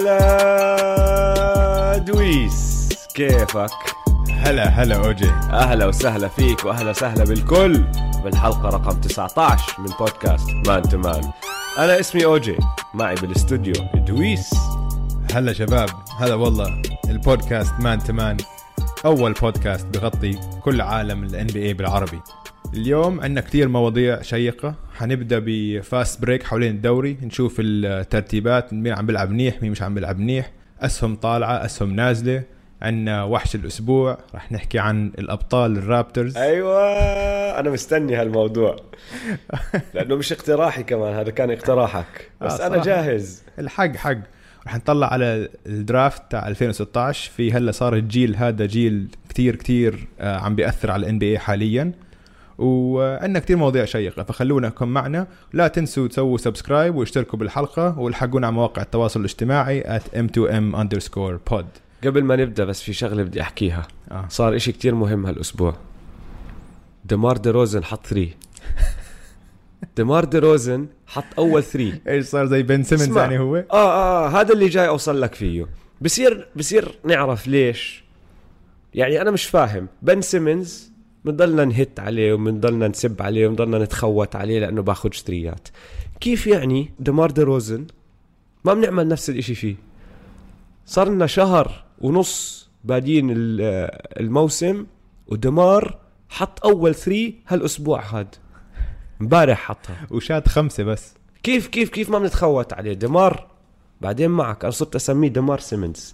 هلا دويس، كيفك؟ هلا اوجي، اهلا وسهلا فيك واهلا وسهلا بالكل بالحلقة رقم 19 من بودكاست مان تو مان. انا اسمي اوجي، معي بالاستوديو دويس. هلا شباب، هلا والله. البودكاست مان تو مان اول بودكاست بغطي كل عالم ال NBA بالعربي. اليوم عندنا كتير مواضيع شيقة. حنبدأ بفاست بريك حوالين الدوري، نشوف الترتيبات، مين عم بيلعب منيح مين مش عم بيلعب منيح، أسهم طالعة أسهم نازلة. عندنا وحش الأسبوع، رح نحكي عن الأبطال الرابترز. ايوه انا مستني هالموضوع لانه مش اقتراحي كمان، هذا كان اقتراحك بس انا جاهز. الحق حق. رح نطلع على الدرافت تاع 2016. في هلا صار الجيل هذا جيل كتير عم بيأثر على NBA حاليا، وعندنا كتير مواضيع شيقة، فخلوناكم معنا. لا تنسوا تسووا سبسكرايب واشتركوا بالحلقة، والحقونا على مواقع التواصل الاجتماعي @m2m_pod. قبل ما نبدأ بس في شغلة بدي أحكيها. صار إشي كتير مهم هالأسبوع. ديمار دي روزن حط 3. ديمار دي روزن حط أول 3. إيش صار زي بن سيمنز يعني هو؟ هذا اللي جاي أوصل لك فيه. بصير نعرف ليش. يعني أنا مش فاهم. بن سيمنز بنضلنا نهت عليه وبنضلنا نسب عليه وبنضلنا نتخوت عليه لأنه باخد شتريات. كيف يعني ديمار دي روزن ما بنعمل نفس الإشي فيه؟ صارنا شهر ونص بادين الموسم ودمار حط أول 3 هالأسبوع، هاد مبارح حطها وشات 5 بس. كيف ما بنتخوت عليه دمار؟ بعدين معك أنا صرت أسميه دمار سيمنز.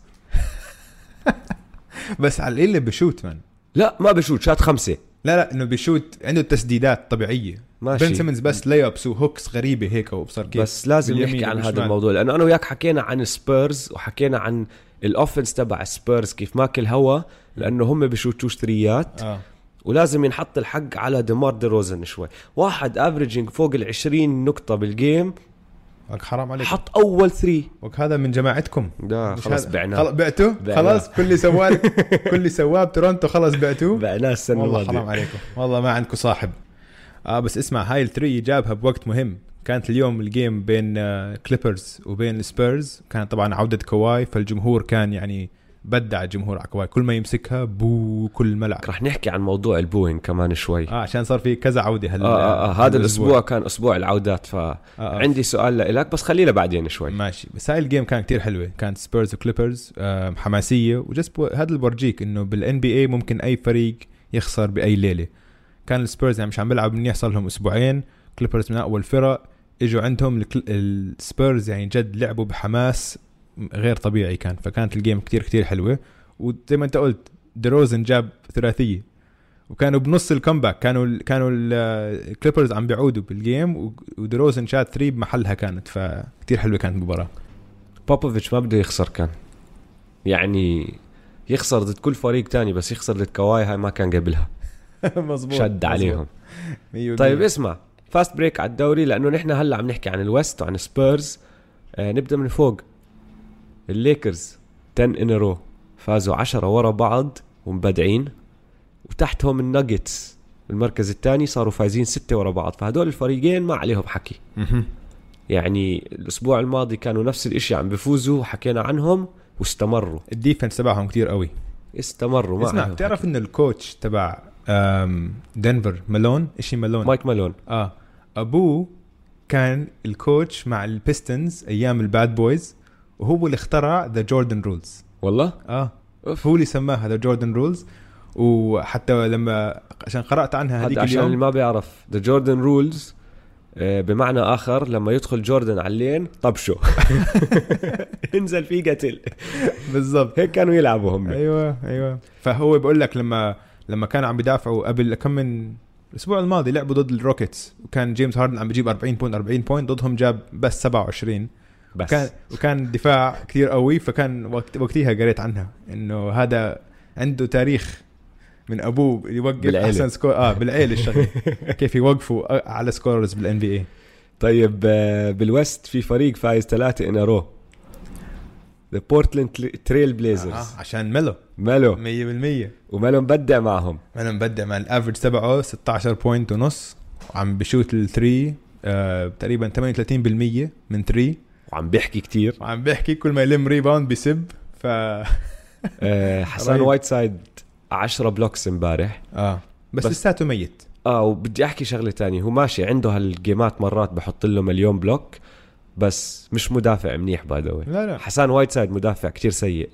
بس على اللي بشوت من لا ما بشوت، شات 5. لا إنه بشوت عنده تسديدات طبيعية. بن سيمنز بس لايبس وهوكس غريبة هيك وبصر كيف. بس لازم نحكي عن هذا الموضوع، لأنه أنا وياك حكينا عن سبيرز وحكينا عن الأوفنس تبع سبيرز كيف ماكل هوا، لأنه هم بشوتوش تريات. ولازم ينحط الحق على ديمار دي روزن شوي. واحد افريجينج فوق 20 نقطة بالجيم، حرام عليك، حط أول 3. وهذا من جماعتكم. ده خلاص بعناه. خلاص بعتوه. خلاص كل سواه بتورونتو خلاص بعتوه. بعناه السنة والله حرام عليكم، والله ما عندكم صاحب. بس اسمع، هاي الثري جابها بوقت مهم. كانت اليوم الجيم بين كليبرز وبين السبيرز، كان طبعا عودة كواي، فالجمهور كان يعني بدع الجمهور على كواي، كل ما يمسكها بو كل ملعب. رح نحكي عن موضوع البوين كمان شوي. عشان صار في كذا عودة هذا الأسبوع كان أسبوع العودات، فعندي سؤال لك بس خلينا بعدين شوي. ماشي. بس هاي الجيم كان كتير حلوة، كانت سبيرز وكليبرز حماسية، وجست هذا اللي برجيك إنه بالNBA ممكن أي فريق يخسر بأي ليلة. كان السبيرز يعني مش عم بيلعب منيح، صار لهم أسبوعين. كليبرز من أول فرق إجوا عندهم. السبيرز يعني جد لعبوا بحماس غير طبيعي كان، فكانت الجيم كتير حلوة. وزي ما أنت قلت دروزن جاب ثلاثية، وكانوا بنص الكمباك، كانوا الكليبرز عم بيعودوا بالجيم، ودروزن شات 3 بمحلها كانت، فكتير حلوة كانت المباراة. بوبوفيتش ما بده يخسر، كان يعني يخسر ضد كل فريق تاني، بس يخسر ضد كواي هاي ما كان قبلها. مزبوط. شد عليهم. طيب اسمع، فاست بريك على الدوري، لأنه نحن هلأ عم نحكي عن الوست وعن سبيرز. نبدأ من فوق. الليكرز 10 in a row، فازوا 10 ورا بعض ومبدعين. وتحتهم الناجتس المركز الثاني، صاروا فايزين 6 ورا بعض. فهدول الفريقين ما عليهم حكي. يعني الأسبوع الماضي كانوا نفس الاشي عم بيفوزوا، وحكينا عنهم واستمروا. الديفنس تبعهم كتير قوي، استمروا. ما اسمع، بتعرف ان الكوتش تبع دنفر مالون، مايك مالون، ابوه كان الكوتش مع البيستنز ايام الباد بويز، وهو اللي اخترع ذا جوردن رولز. والله هو اللي سماها ذا جوردن رولز. وحتى لما عشان قرأت عنها هذيك عشان اللي ما بيعرف ذا جوردن رولز، بمعنى آخر لما يدخل جوردن على اللين طبشو انزل فيه قتل. بالضبط هيك كانوا يلعبوا هم. ايوه. فهو بيقول لك لما كانوا عم بيدافعوا قبل كم من الاسبوع الماضي، لعبوا ضد الروكيتس، وكان جيمس هاردن عم بيجيب 40 بوينت ضدهم، جاب بس 27 بس. وكان الدفاع كتير قوي. فكان وقتها قريت عنها انه هذا عنده تاريخ من ابوه يوقف احسن سكور بالعيله الشغل كيف يوقفوا على سكورز بالNBA. طيب بالوست في فريق فايز 3 in a row، The Portland Trail Blazers. عشان ميلو 100%. وميلو مبدع معهم. مبدع مع الافرج تبعه 16 بوينت ونص، وعم بشوت ال3 تقريبا 38% من 3. وعم بيحكي كتير وعم بيحكي كل ما يلم ريباوند بيسب. ف حسان وايت سايد 10 بلوكس امبارح بس لساته ميت. وبدي احكي شغله تانية، هو ماشي عنده هالجيمات مرات بحط له مليون بلوك بس مش مدافع منيح بادوي. لا حسان وايت سايد مدافع كتير سيء.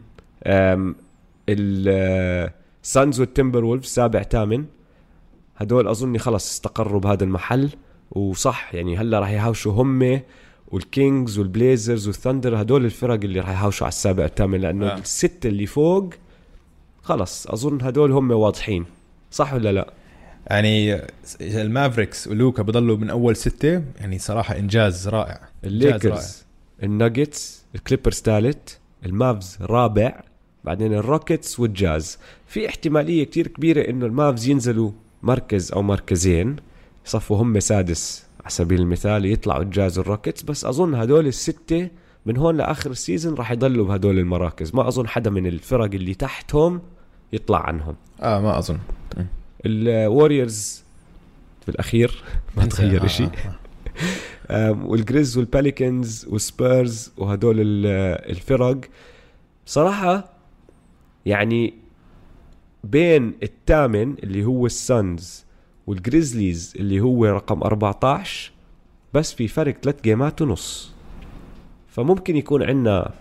السانز والتيمبر وولف 7 8 هدول أظني خلص استقروا بهذا المحل. وصح يعني هلا راح يهاوشوا هم والكينجز والبليزرز والثندر، هدول الفرق اللي راح يهاوشوا على 7 8 لأنه الستة اللي فوق خلص أظن هدول هم واضحين. صح ولا لا؟ يعني المافريكس ولوكا بضلوا من أول 6 يعني صراحة إنجاز رائع. الليكرز الناجتس الكليبرز ثالث، المافز رابع، بعدين الروكيتس والجاز. في احتمالية كتير كبيرة إنه المافز ينزلوا مركز أو مركزين يصفوا هم سادس على سبيل المثال، يطلعوا الجاز والروكيتس. بس أظن هدول الستة من هون لآخر السيزن راح يضلوا بهدول المراكز. ما أظن حدا من الفرق اللي تحتهم يطلع عنهم. ما أظن. الواريورز في الأخير ما تغير شيء. والجريز والباليكنز والسبيرز وهدول الفرق صراحة يعني بين الثامن اللي هو السانز والجريزليز اللي هو رقم 14 بس في فرق 3 جيمات ونص. فممكن يكون عنا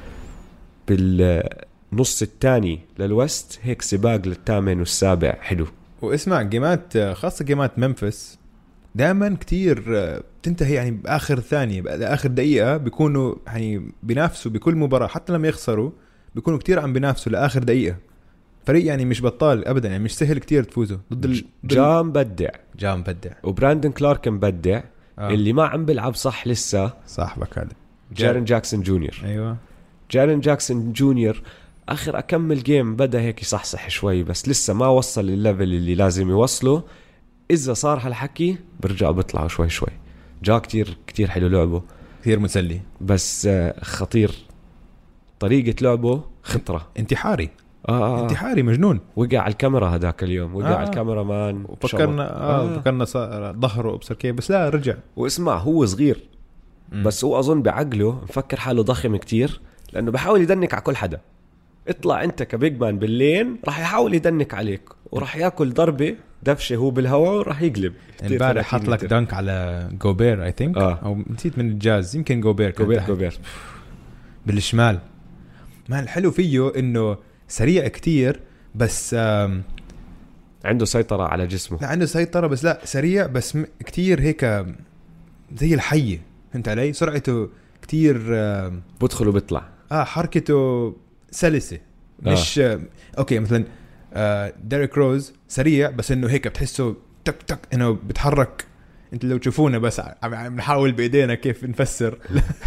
بالنص الثاني للوست هيك سباق للثامن والسابع حلو. واسمع جيمات خاصة جيمات ممفيس دائما كتير تنتهي يعني بآخر ثانية بآخر دقيقة، بيكونوا يعني بينافسوا بكل مباراة حتى لما يخسروا بيكونوا كتير عم بينافسوا لآخر دقيقة. فريق يعني مش بطال أبدا، يعني مش سهل كتير تفوزوا ضد جام بدع وبراندن كلارك مبدع. اللي ما عم بيلعب صح لسه صاحبك هذا جارين جاكسون جونيور. أيوة جارين جاكسون جونيور آخر أكمل جيم بدأ هيك يصحصح شوي بس لسه ما وصل للليفل اللي لازم يوصله. إذا صار هالحكي برجع بيطلعوا شوي شوي. جا كتير حلو لعبه، كتير مسلي بس خطير طريقة لعبه خطرة. انتحاري انتحاري مجنون. وقع على الكاميرا هداك اليوم وقع على الكاميرا مان فكرنا صار ظهره أبصر كيف بس لا رجع. واسمع هو صغير بس هو أظن بعقله مفكر حاله ضخم كتير لأنه بحاول يدنك على كل حدا. اطلع انت كبيج مان باللين راح يحاول يدنك عليك وراح ياكل ضربة دفشة هو بالهواء وراح يقلب. امبارح حط لك دنك على جوبير اي ثينك او نسيت من الجاز يمكن جوبير بالشمال. ما الحلو فيه انه سريع كتير بس عنده سيطرة على جسمه. لا عنده سيطرة بس لا سريع بس كتير هيك زي الحية. فهمت علي؟ سرعته كتير بدخل وبيطلع. حركته سلسة مش اوكي مثلا ديريك روز سريع بس انه هيك بتحسه تك تك انه بتحرك. انت لو تشوفونا بس عم نحاول بايدينا كيف نفسر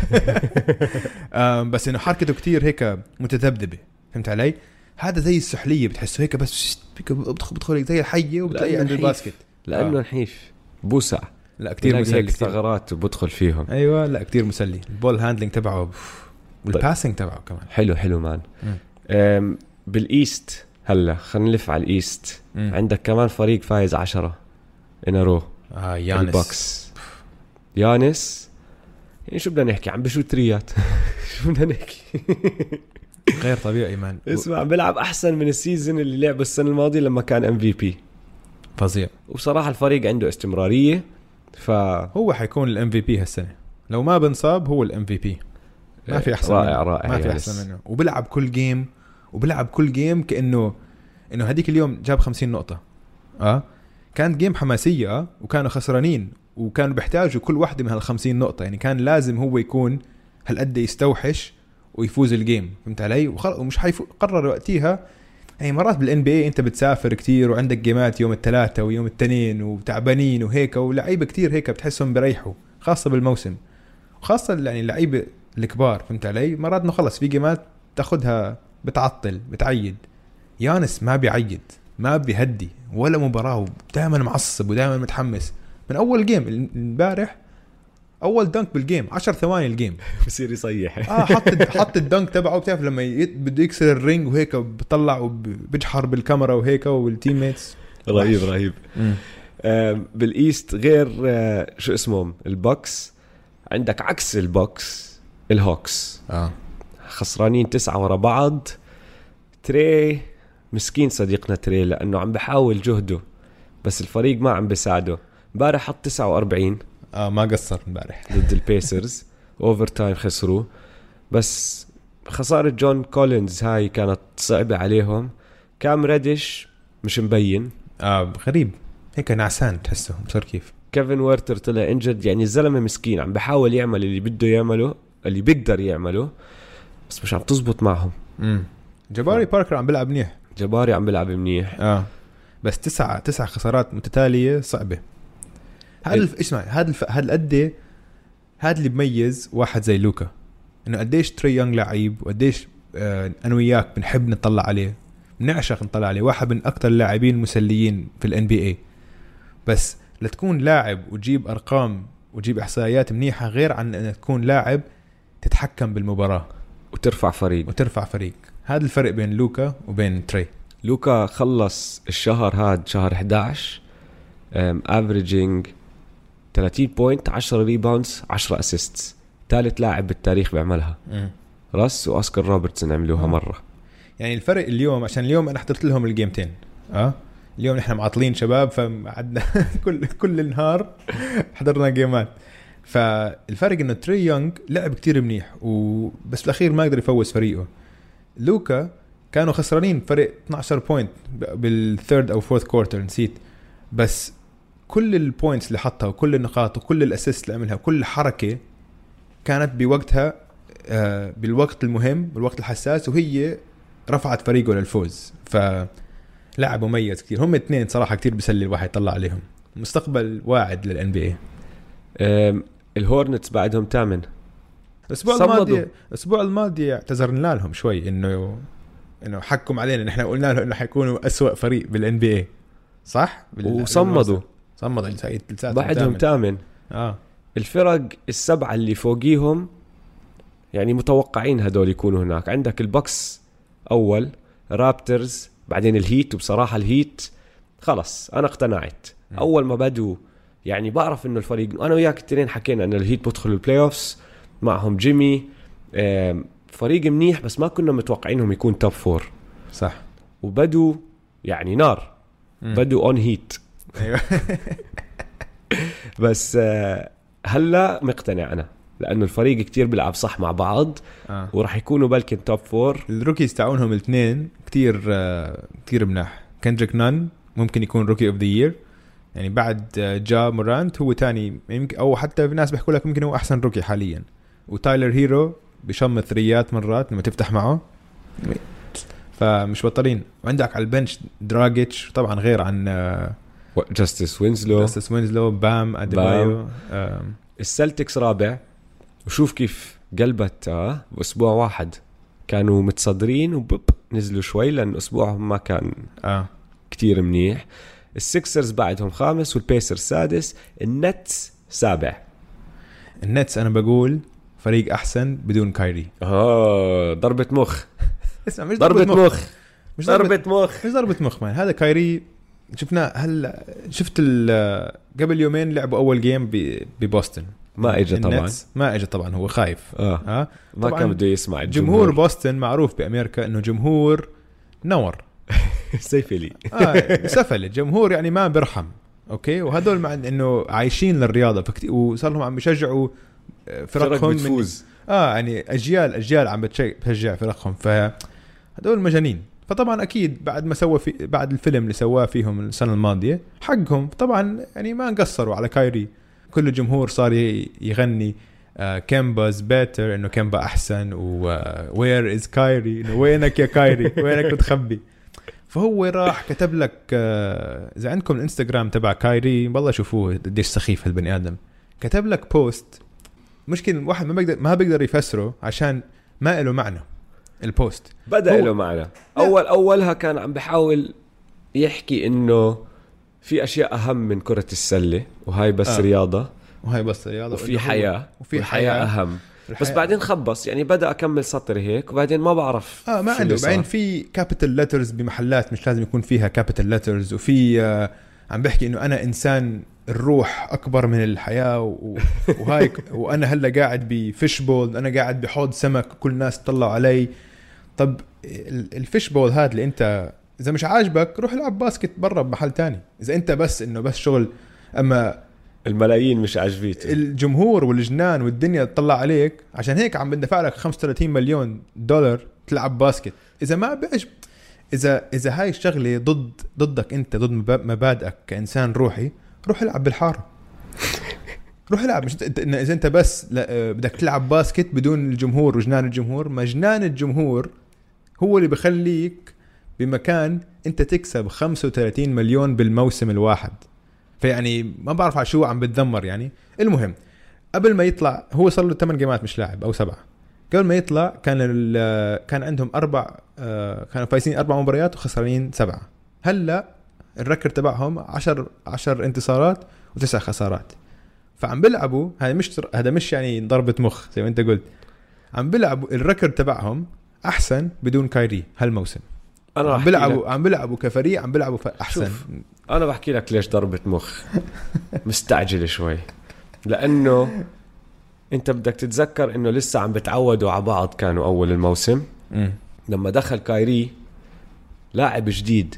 بس انه حركته كتير هيك متذبذبة. فهمت علي؟ هذا زي السحلية بتحسه هيك بس بدخل زي الحية وبتلاقي عند الباسكت لانه نحيف بوسع. لا كتير مسلي ثغرات وبدخل فيهم. ايوه لا كتير مسلي. البول هاندلينج تبعه والباسنج تبعه كمان حلو مان. بالايست هلا خلينا نلف على الايست. عندك كمان فريق فايز 10 انرو يانس البوكس. يانس يعني شو بدنا نحكي عم بشوت تريات شو بدنا نحكي غير طبيعي مان. اسمع بيلعب احسن من السيزن اللي لعبه السنه الماضيه لما كان MVP فظيع. وبصراحه الفريق عنده استمراريه فهو حيكون الMVP هالسنه لو ما بنصاب. هو الMVP ما في احسن رائع ما في احسن منه. وبيلعب كل جيم كانه هديك اليوم جاب 50 نقطه. كانت جيم حماسيه وكانوا خسرانين وكانوا بيحتاجوا كل واحده من هال50 نقطه. يعني كان لازم هو يكون هالقد يستوحش ويفوز الجيم. فهمت علي؟ ومش قرر وقتها. يعني مرات بالNBA انت بتسافر كتير وعندك جيمات يوم الثلاثاء ويوم الاثنين وتعبانين وهيك ولعيبه كتير هيك بتحسهم بريحوا خاصه بالموسم وخاصه يعني اللعيبه الكبار. فهمت علي؟ مرات انه خلص في جيمات تاخدها بتعطل بتعيد. يانس ما بيعيد ما بيهدي ولا مباراه دائما معصب ودائما متحمس. من اول جيم امبارح اول دنك بالجيم 10 ثواني الجيم بصير يصيح. حط الدنك تبعه. بتعرف لما بده يكسر الرينج وهيك بطلع وبجحر بالكاميرا وهيك والتيميتس. رهيب. بالايست غير شو اسمهم البوكس عندك عكس البوكس الهوكس خسرانين 9 ورا بعض. تري مسكين صديقنا تري لأنه عم بحاول جهده بس الفريق ما عم بساعده. امبارح حط 49 ما قصر امبارح ضد البيسرز اوفر تايم خسروا. بس خسارة جون كولينز هاي كانت صعبة عليهم. كام ريديش مش مبين غريب هيك نعسان تحسه صار كيف. كيفن ويرتر طلع انجد. يعني الزلمة مسكين عم بحاول يعمل اللي بده يعمله اللي بيقدر يعمله بس مش عم تزبط معهم. جباري باركر عم بيلعب منيح. جباري عم بيلعب منيح بس 9 خسارات متتالية صعبة. هذا اسمع هذا القد هذا اللي بميز واحد زي لوكا انه قديش تري يونغ لعيب وقديش انا وياك بنحب نطلع عليه بنعشق نطلع عليه. واحد من اكتر اللاعبين المسليين في الان بي اي. بس لتكون لاعب وتجيب ارقام وتجيب احصائيات منيحة غير عن ان تكون لاعب تتحكم بالمباراة وترفع فريق. هذا الفرق بين لوكا وبين تري. لوكا خلص الشهر هاد شهر 11 افريجينج 30 بوينت 10 ريباوندز 10 اسيستس. ثالث لاعب بالتاريخ بيعملها. راس وأوسكار روبرتسون عملوها مرة. يعني الفرق اليوم عشان اليوم أنا حضرت لهم الجيمتين اليوم نحن معطلين شباب فعدنا كل النهار حضرنا جيمات. فالفرق إنه تري يونغ لعب كتير منيح وبس بالأخير ما قدر يفوز فريقه. لوكا كانوا خسرانين فرق 12 بوينت بالثيرد أو فورث كوارتر نسيت. بس كل البوينتس اللي حطها وكل النقاط وكل الأسيست اللي عملها وكل حركة كانت بوقتها بالوقت المهم بالوقت الحساس وهي رفعت فريقه للفوز. فلاعب مميز كتير. هم اثنين صراحة كتير بيسلي الواحد يطلع عليهم. مستقبل واعد للان بي اي. الهورنتس بعدهم 8. الأسبوع الماضي اعتذرنا لهم شوي إنه حكم علينا. نحن قلنا له إنه حيكونوا أسوأ فريق بالان بي اي صح. وصمدوا بعدهم 8. الفرق السبعة اللي فوقيهم يعني متوقعين هدول يكونوا هناك. عندك البوكس أول رابترز بعدين الهيت. وبصراحة الهيت خلص أنا اقتنعت أول ما بدوا. يعني بعرف إنه الفريق أنا وياك التنين حكينا إنه الهيت بدخلوا البلاي أوفس معهم جيمي فريق منيح بس ما كنا متوقعينهم يكون توب 4 صح. وبدوا يعني نار بدوا اون هيت. أيوة. بس هلا مقتنع أنا لأنه الفريق كتير بيلعب صح مع بعض وراح يكونوا بلكن توب 4. الروكيز تاعونهم الاثنين كتير مناح. كندريك نان ممكن يكون روكي اوف ذا يير يعني بعد جا مورانت هو تاني يمكن او حتى في ناس بيحكوا لك ممكن هو احسن روكي حاليا. وتايلر هيرو بشم ثريات مرات لما تفتح معه فمش بطلين. وعندك على البنش دراجيتش طبعا غير عن جاستس وينزلو بام أديبايو. السلتكس رابع وشوف كيف قلبت بأسبوع واحد كانوا متصدرين نزلوا شوي لأن أسبوعهم ما كان كتير منيح. السيكسرز بعدهم 5 والبيسرز 6. النتس 7. النتس أنا بقول فريق أحسن بدون كايري. ضربة مخ. مش ضربة مخ مان. هذا كايري شفناه هلا. شفت قبل يومين لعبوا أول جيم ببوسطن ما اجى طبعا هو خايف. ما كان بده يسمع جمهور بوسطن معروف بأمريكا إنه جمهور نور سيفلي سفل الجمهور يعني ما برحم. اوكي وهذول مع انه عايشين للرياضه وصار لهم عم بيشجعوا فرقهم بتفوز. يعني اجيال عم بتشجع فرقهم. فهذول مجانين. فطبعا اكيد بعد ما سوى بعد الفيلم اللي سواه فيهم السنه الماضيه حقهم طبعا يعني ما قصروا على كايري. كل الجمهور صار يغني كيمبا's better انه كيمبا احسن ووير از كايري انه وينك يا كايري وينك متخبي. فهو راح كتب لك اذا عندكم الانستغرام تبع كايري والله شوفوه قديش سخيف هالبني ادم. كتب لك بوست مشكلة واحد ما بيقدر يفسره عشان ما له معنى. البوست بدأ له معنى. اولها كان عم بحاول يحكي انه في اشياء اهم من كرة السلة وهاي بس رياضة وفي حياة اهم. بس بعدين خبص يعني بدأ أكمل سطر هيك وبعدين ما بعرف ما عنده. بعدين في كابيتال لترز بمحلات مش لازم يكون فيها كابيتال لترز وفي عم بحكي انه انا انسان الروح اكبر من الحياه وهيك وانا هلا قاعد بفيش بول، انا قاعد بحوض سمك كل الناس طلعوا علي. طب الفيش بول هذا اللي انت اذا مش عاجبك روح العب باسكت برا بمحل تاني. اذا انت بس انه بس شغل، اما الملايين مش عاجبيته، الجمهور والجنان والدنيا تطلع عليك، عشان هيك عم بدفع لك 35 مليون دولار تلعب باسكت. اذا ما بيعجب، اذا هاي الشغله ضدك انت، ضد مبادئك كانسان روحي، روح العب بالحاره. روح العب. مش اذا انت بس بدك تلعب باسكت بدون الجمهور وجنان الجمهور، ما جنان الجمهور هو اللي بخليك بمكان انت تكسب 35 مليون بالموسم الواحد. فيعني ما بعرف على شو عم بتذمر يعني. المهم قبل ما يطلع هو صار له 8 جيمات مش لاعب او 7. قبل ما يطلع كان عندهم كانوا فايزين 4 مباريات وخسرانين 7. هلا الركر تبعهم 10 انتصارات و9 خسارات. فعم بيلعبوا، هذا مش يعني ضربة مخ زي ما انت قلت، عم بيلعبوا الركر تبعهم احسن بدون كايري هالموسم. عم بيلعبوا كفريق، عم بيلعبوا احسن. شوف. انا بحكي لك ليش ضربة مخ. مستعجل شوي، لانه انت بدك تتذكر انه لسه عم بتعودوا على بعض. كانوا اول الموسم لما دخل كايري لاعب جديد،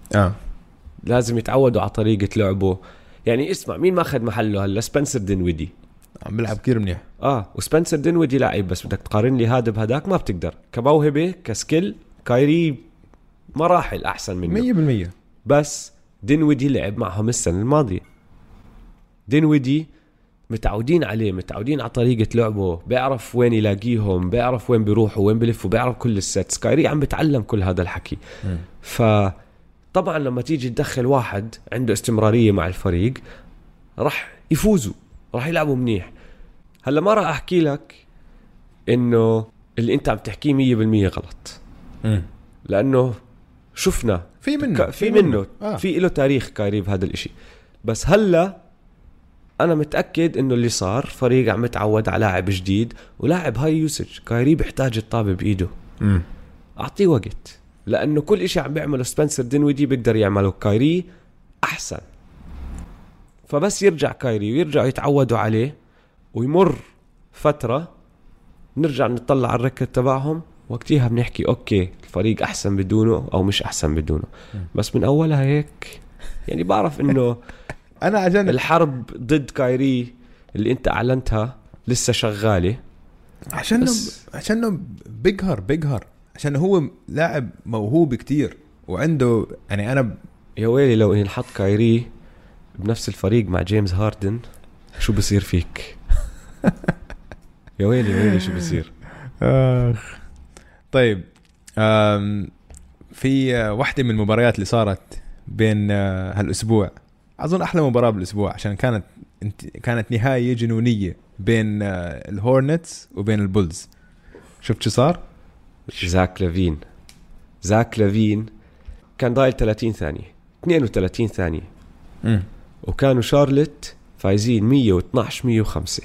لازم يتعودوا على طريقة لعبه. يعني اسمع، مين ما أخذ محله هلا؟ سبنسر دينويدي عم بيلعب كتير منيح. وسبنسر دينويدي لاعب، بس بدك تقارن لي هذا بهداك ما بتقدر. كموهبة كسكيل كايري مراحل أحسن منه 100%. بس دينويدي لعب معهم السنة الماضية. دينويدي متعودين عليه، متعودين على طريقة لعبه، بيعرف وين يلاقيهم، بيعرف وين بيروحوا وين بيلفوا، بيعرف كل السيتس. كايري عم بتعلم كل هذا الحكي. فطبعا لما تيجي تدخل واحد عنده استمرارية مع الفريق راح يفوزوا، راح يلعبوا منيح. هلا ما راح أحكي لك إنه اللي أنت عم تحكيه 100% غلط، لأنه شفنا في منه في له تاريخ كايري بهذا الاشي. بس هلا أنا متأكد إنه اللي صار فريق عم يتعود على لاعب جديد ولاعب هاي يوسج. كايري بيحتاج الطابة بإيده. أعطيه وقت، لأنه كل إشي عم بيعمله سبنسر دينويدي بيقدر يعمله كايري أحسن. فبس يرجع كايري ويرجع يتعودوا عليه ويمر فترة، نرجع نطلع على الركض تبعهم، وقتها بنحكي أوكي الفريق أحسن بدونه أو مش أحسن بدونه. بس من أولها هيك يعني بعرف إنه أنا عشان الحرب ضد كايري اللي أنت أعلنتها لسه شغالة، عشانه بيقهر عشان هو لاعب موهوب كتير وعنده يعني. أنا يا ويلي لو ينحط كايري بنفس الفريق مع جيمس هاردن شو بصير فيك؟ يا ويلي شو بصير. طيب في واحدة من المباريات اللي صارت بين هالأسبوع، أظن أحلى مباراة بالأسبوع عشان كانت نهاية جنونية بين الهورنتس وبين البولز. شفت شو صار؟ زاك لافين كان ضايل 30 ثانية 32 ثانية وكانوا شارلت فايزين 112-105.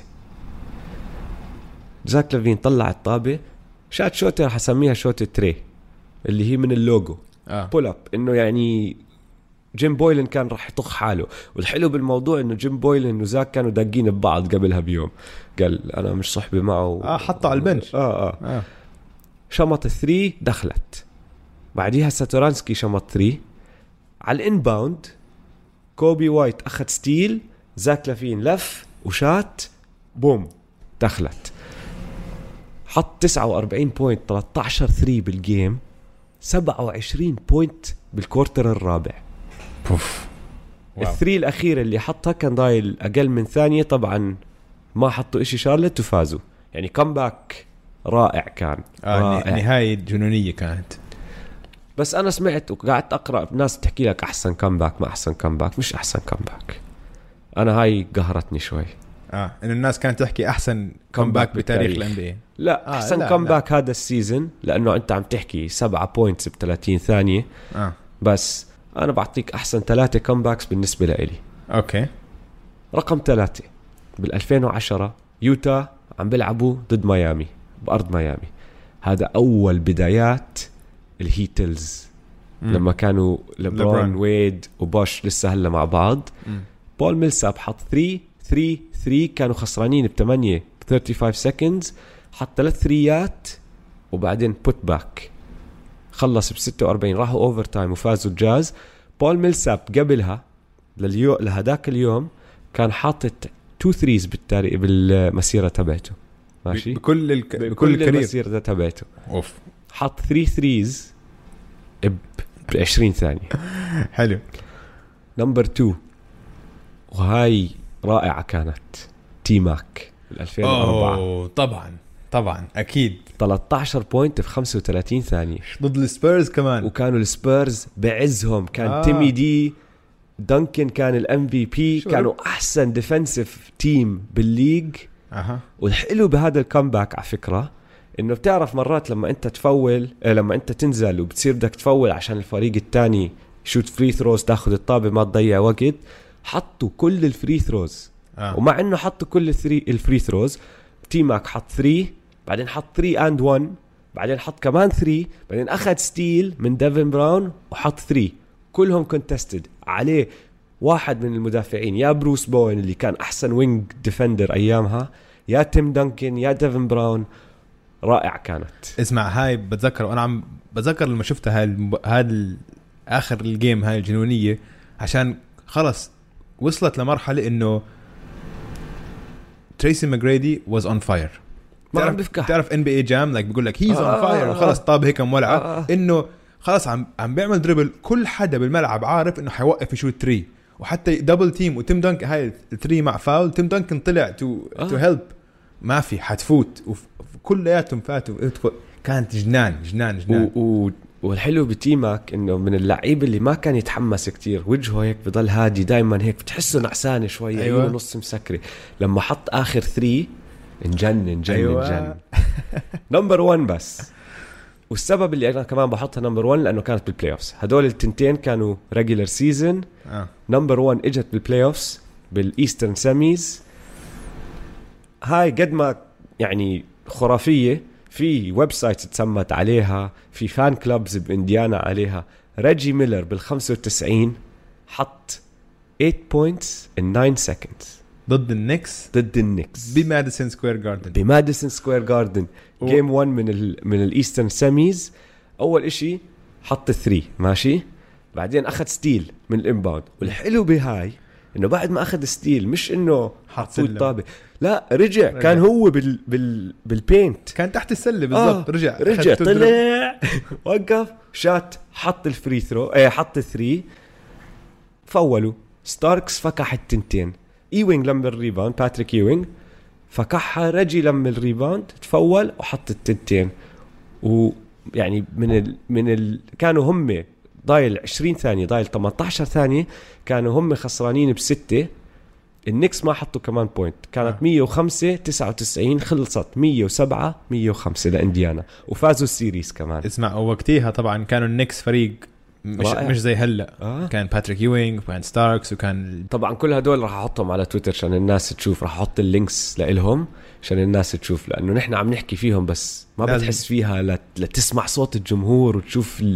زاك لافين طلع الطابة، شات شوتة رح أسميها شوتة تري اللي هي من اللوجو بول اب، إنه يعني جيم بويلن كان رح يطخ حاله. والحلو بالموضوع إنه جيم بويلن وزاك كانوا داقين ببعض قبلها بيوم، قال أنا مش صحبي معه حطه على البنش. شمط 3 دخلت، بعديها ساتورانسكي شمط 3 على الانباوند. كوبي وايت أخذ ستيل، زاك لافين لف وشات بوم دخلت. حط 49 بوينت 13 3 بالجيم، 27 بوينت بالكورتر الرابع. الثري الأخير اللي حطها كان ضايل أقل من ثانية، طبعا ما حطوا إشي شارلت وفازوا. يعني كمباك رائع كان. نهاية جنونية كانت. بس أنا سمعت وقعدت أقرأ ناس بتحكي لك أحسن كمباك ما أحسن كمباك. مش أحسن كمباك، أنا هاي قهرتني شوي. إن الناس كانت تحكي أحسن كمباك بتاريخ الNBA. لا أحسن كمباك هذا السيزن، لأنه أنت عم تحكي 7 بوينتس ب30 ثانية. بس أنا بعطيك أحسن 3 كمباكس بالنسبة لإلي. أوكي. رقم 3 بال2010 يوتا عم بيلعبوا ضد ميامي بأرض ميامي. هذا أول بدايات الهيتلز لما كانوا لبرون ويد وبوش لسه هلا مع بعض. بول ميلساب حط 3 كانوا خسرانين ب8 35 سكندز، حط 3 ثريات وبعدين بوت باك، خلص ب46، راحوا اوفر تايم وفازوا الجاز. بول ميلساب قبلها لهداك اليوم كان حاطط 2 ثريز بالمسيرة تبعته، ماشي، بكل المسيرة تبعته. اوف، حط 3 ثريز ب20 ثانية. حلو. نمبر 2 وهاي رائعة كانت، تي ماك 2004. طبعا اكيد 13 بوينت في 35 ثانية ضد السبيرز كمان، وكانوا السبيرز بعزهم. كان تيمي دي دانكن كان الام في بي، كانوا احسن ديفنسيف تيم بالليج. والحلو بهذا الكامباك على فكرة انه بتعرف مرات لما انت تفول، لما انت تنزل وبتصير بدك تفول عشان الفريق الثاني شوت فري ثروز، تاخذ الطابة ما تضيع وقت، حطوا كل الفري ثروز. ومع انه حطوا كل الفري ثروز، تيماك حط 3، بعدين حط 3 and 1، بعدين حط كمان 3، بعدين اخذ ستيل من ديفن براون وحط 3، كلهم كونتستد عليه. واحد من المدافعين يا بروس بوين اللي كان احسن وينج ديفندر ايامها، يا تيم دانكن، يا ديفن براون. رائع كانت. اسمع، هاي بتذكر وانا عم بتذكر لما شفتها هذا اخر الجيم هاي الجنونية، عشان خلص وصلت لمرحلة انه تريسي ماجريدي was on fire. تعرف NBA Jam like بيقول لك he's on fire، خلص طاب هيك مولعة، انه خلص عم بيعمل دريبل، كل حدا بالملعب عارف انه حيوقف يشوت 3، وحتى دبل تيم وتيم دانك هاي 3 مع فاول، تيم دانكن طلع تو هيلب، ما في حتفوت، وكلياتهم فاتوا. كانت جنان. والحلو بتيمك انه من اللعيب اللي ما كان يتحمس كتير، وجهه هيك بضل هادي دايما، هيك بتحسه نعسان شوية. أيوة. نص مسكري. لما حط اخر 3 انجن. أيوة. نمبر 1 بس. والسبب اللي انا كمان بحطها نمبر 1 لانه كانت بالبلاي اوفز. هدول التنتين كانوا ريجولر سيزن. نمبر 1 اجت بالبلاي اوفز بالايسترن سيميز. هاي قد ما يعني خرافية، في ويب سايت تسمت عليها، في فان كلابز بانديانا عليها. ريجي ميلر بال95 حط 8 بوينتس in 9 seconds ضد النكس بماديسون سكوير جاردن. جيم 1 من الايسترن سيميز. اول اشي حط 3 ماشي، بعدين اخذ ستيل من الانباوند. والحلو بهاي انه بعد ما اخذ ستيل مش انه حط طابة، لا رجع. كان هو بالبينت، كان تحت السلة بالضبط. رجع طلع وقف شات، حط الفري ثرو، حط 3، فولوا. ستاركس فكح التنتين، ايوينج لم الريباوند، باتريك ايوينج فكحها. رجي لم الريباوند، تفول وحط التنتين. ويعني كانوا هم ضايل 20 ثانية، ضايل 18 ثانية، كانوا هم خسرانين ب6. النكس ما حطوا كمان بوينت، كانت 105-99، خلصت 107-105 لإنديانا، وفازوا السيريز كمان. اسمع، وقتها طبعا كانوا النكس فريق مش زي هلا. كان باتريك يوينج وكان ستاركس، وكان طبعا كل هدول راح احطهم على تويتر عشان الناس تشوف. راح احط اللينكس لإلهم عشان الناس تشوف، لانه نحن عم نحكي فيهم بس ما بتحس فيها لتسمع صوت الجمهور وتشوف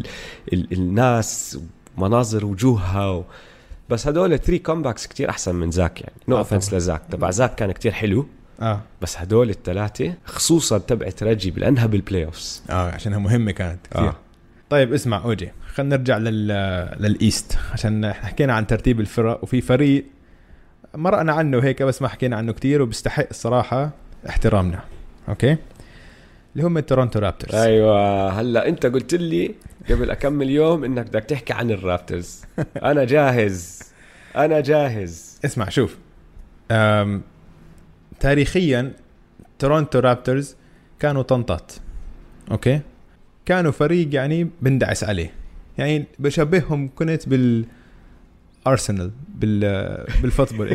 الناس ومناظر وجوهها بس هدول 3 كومباكس كتير احسن من زاك. يعني نو اوفنس لزاك، تبع زاك كان كتير حلو. بس هدول الثلاثه خصوصا تبعت رجي لانها بالبلاي اوفز، عشانها مهمه كانت كتير. طيب اسمع اوجي، خلينا نرجع للايست، عشان حكينا عن ترتيب الفرق، وفي فريق مرقنا عنه هيك بس ما حكينا عنه كتير وبيستحق الصراحه احترامنا. اوكي، اللي هم تورونتو رابترز. ايوه، هلا انت قلت لي قبل اكمل يوم انك بدك تحكي عن الرابترز. انا جاهز. اسمع شوف، تاريخيا تورونتو رابترز كانوا طنطات. اوكي، كانوا فريق يعني بندعس عليه، يعني بشبههم كنت بالارسنال بالفوتبول.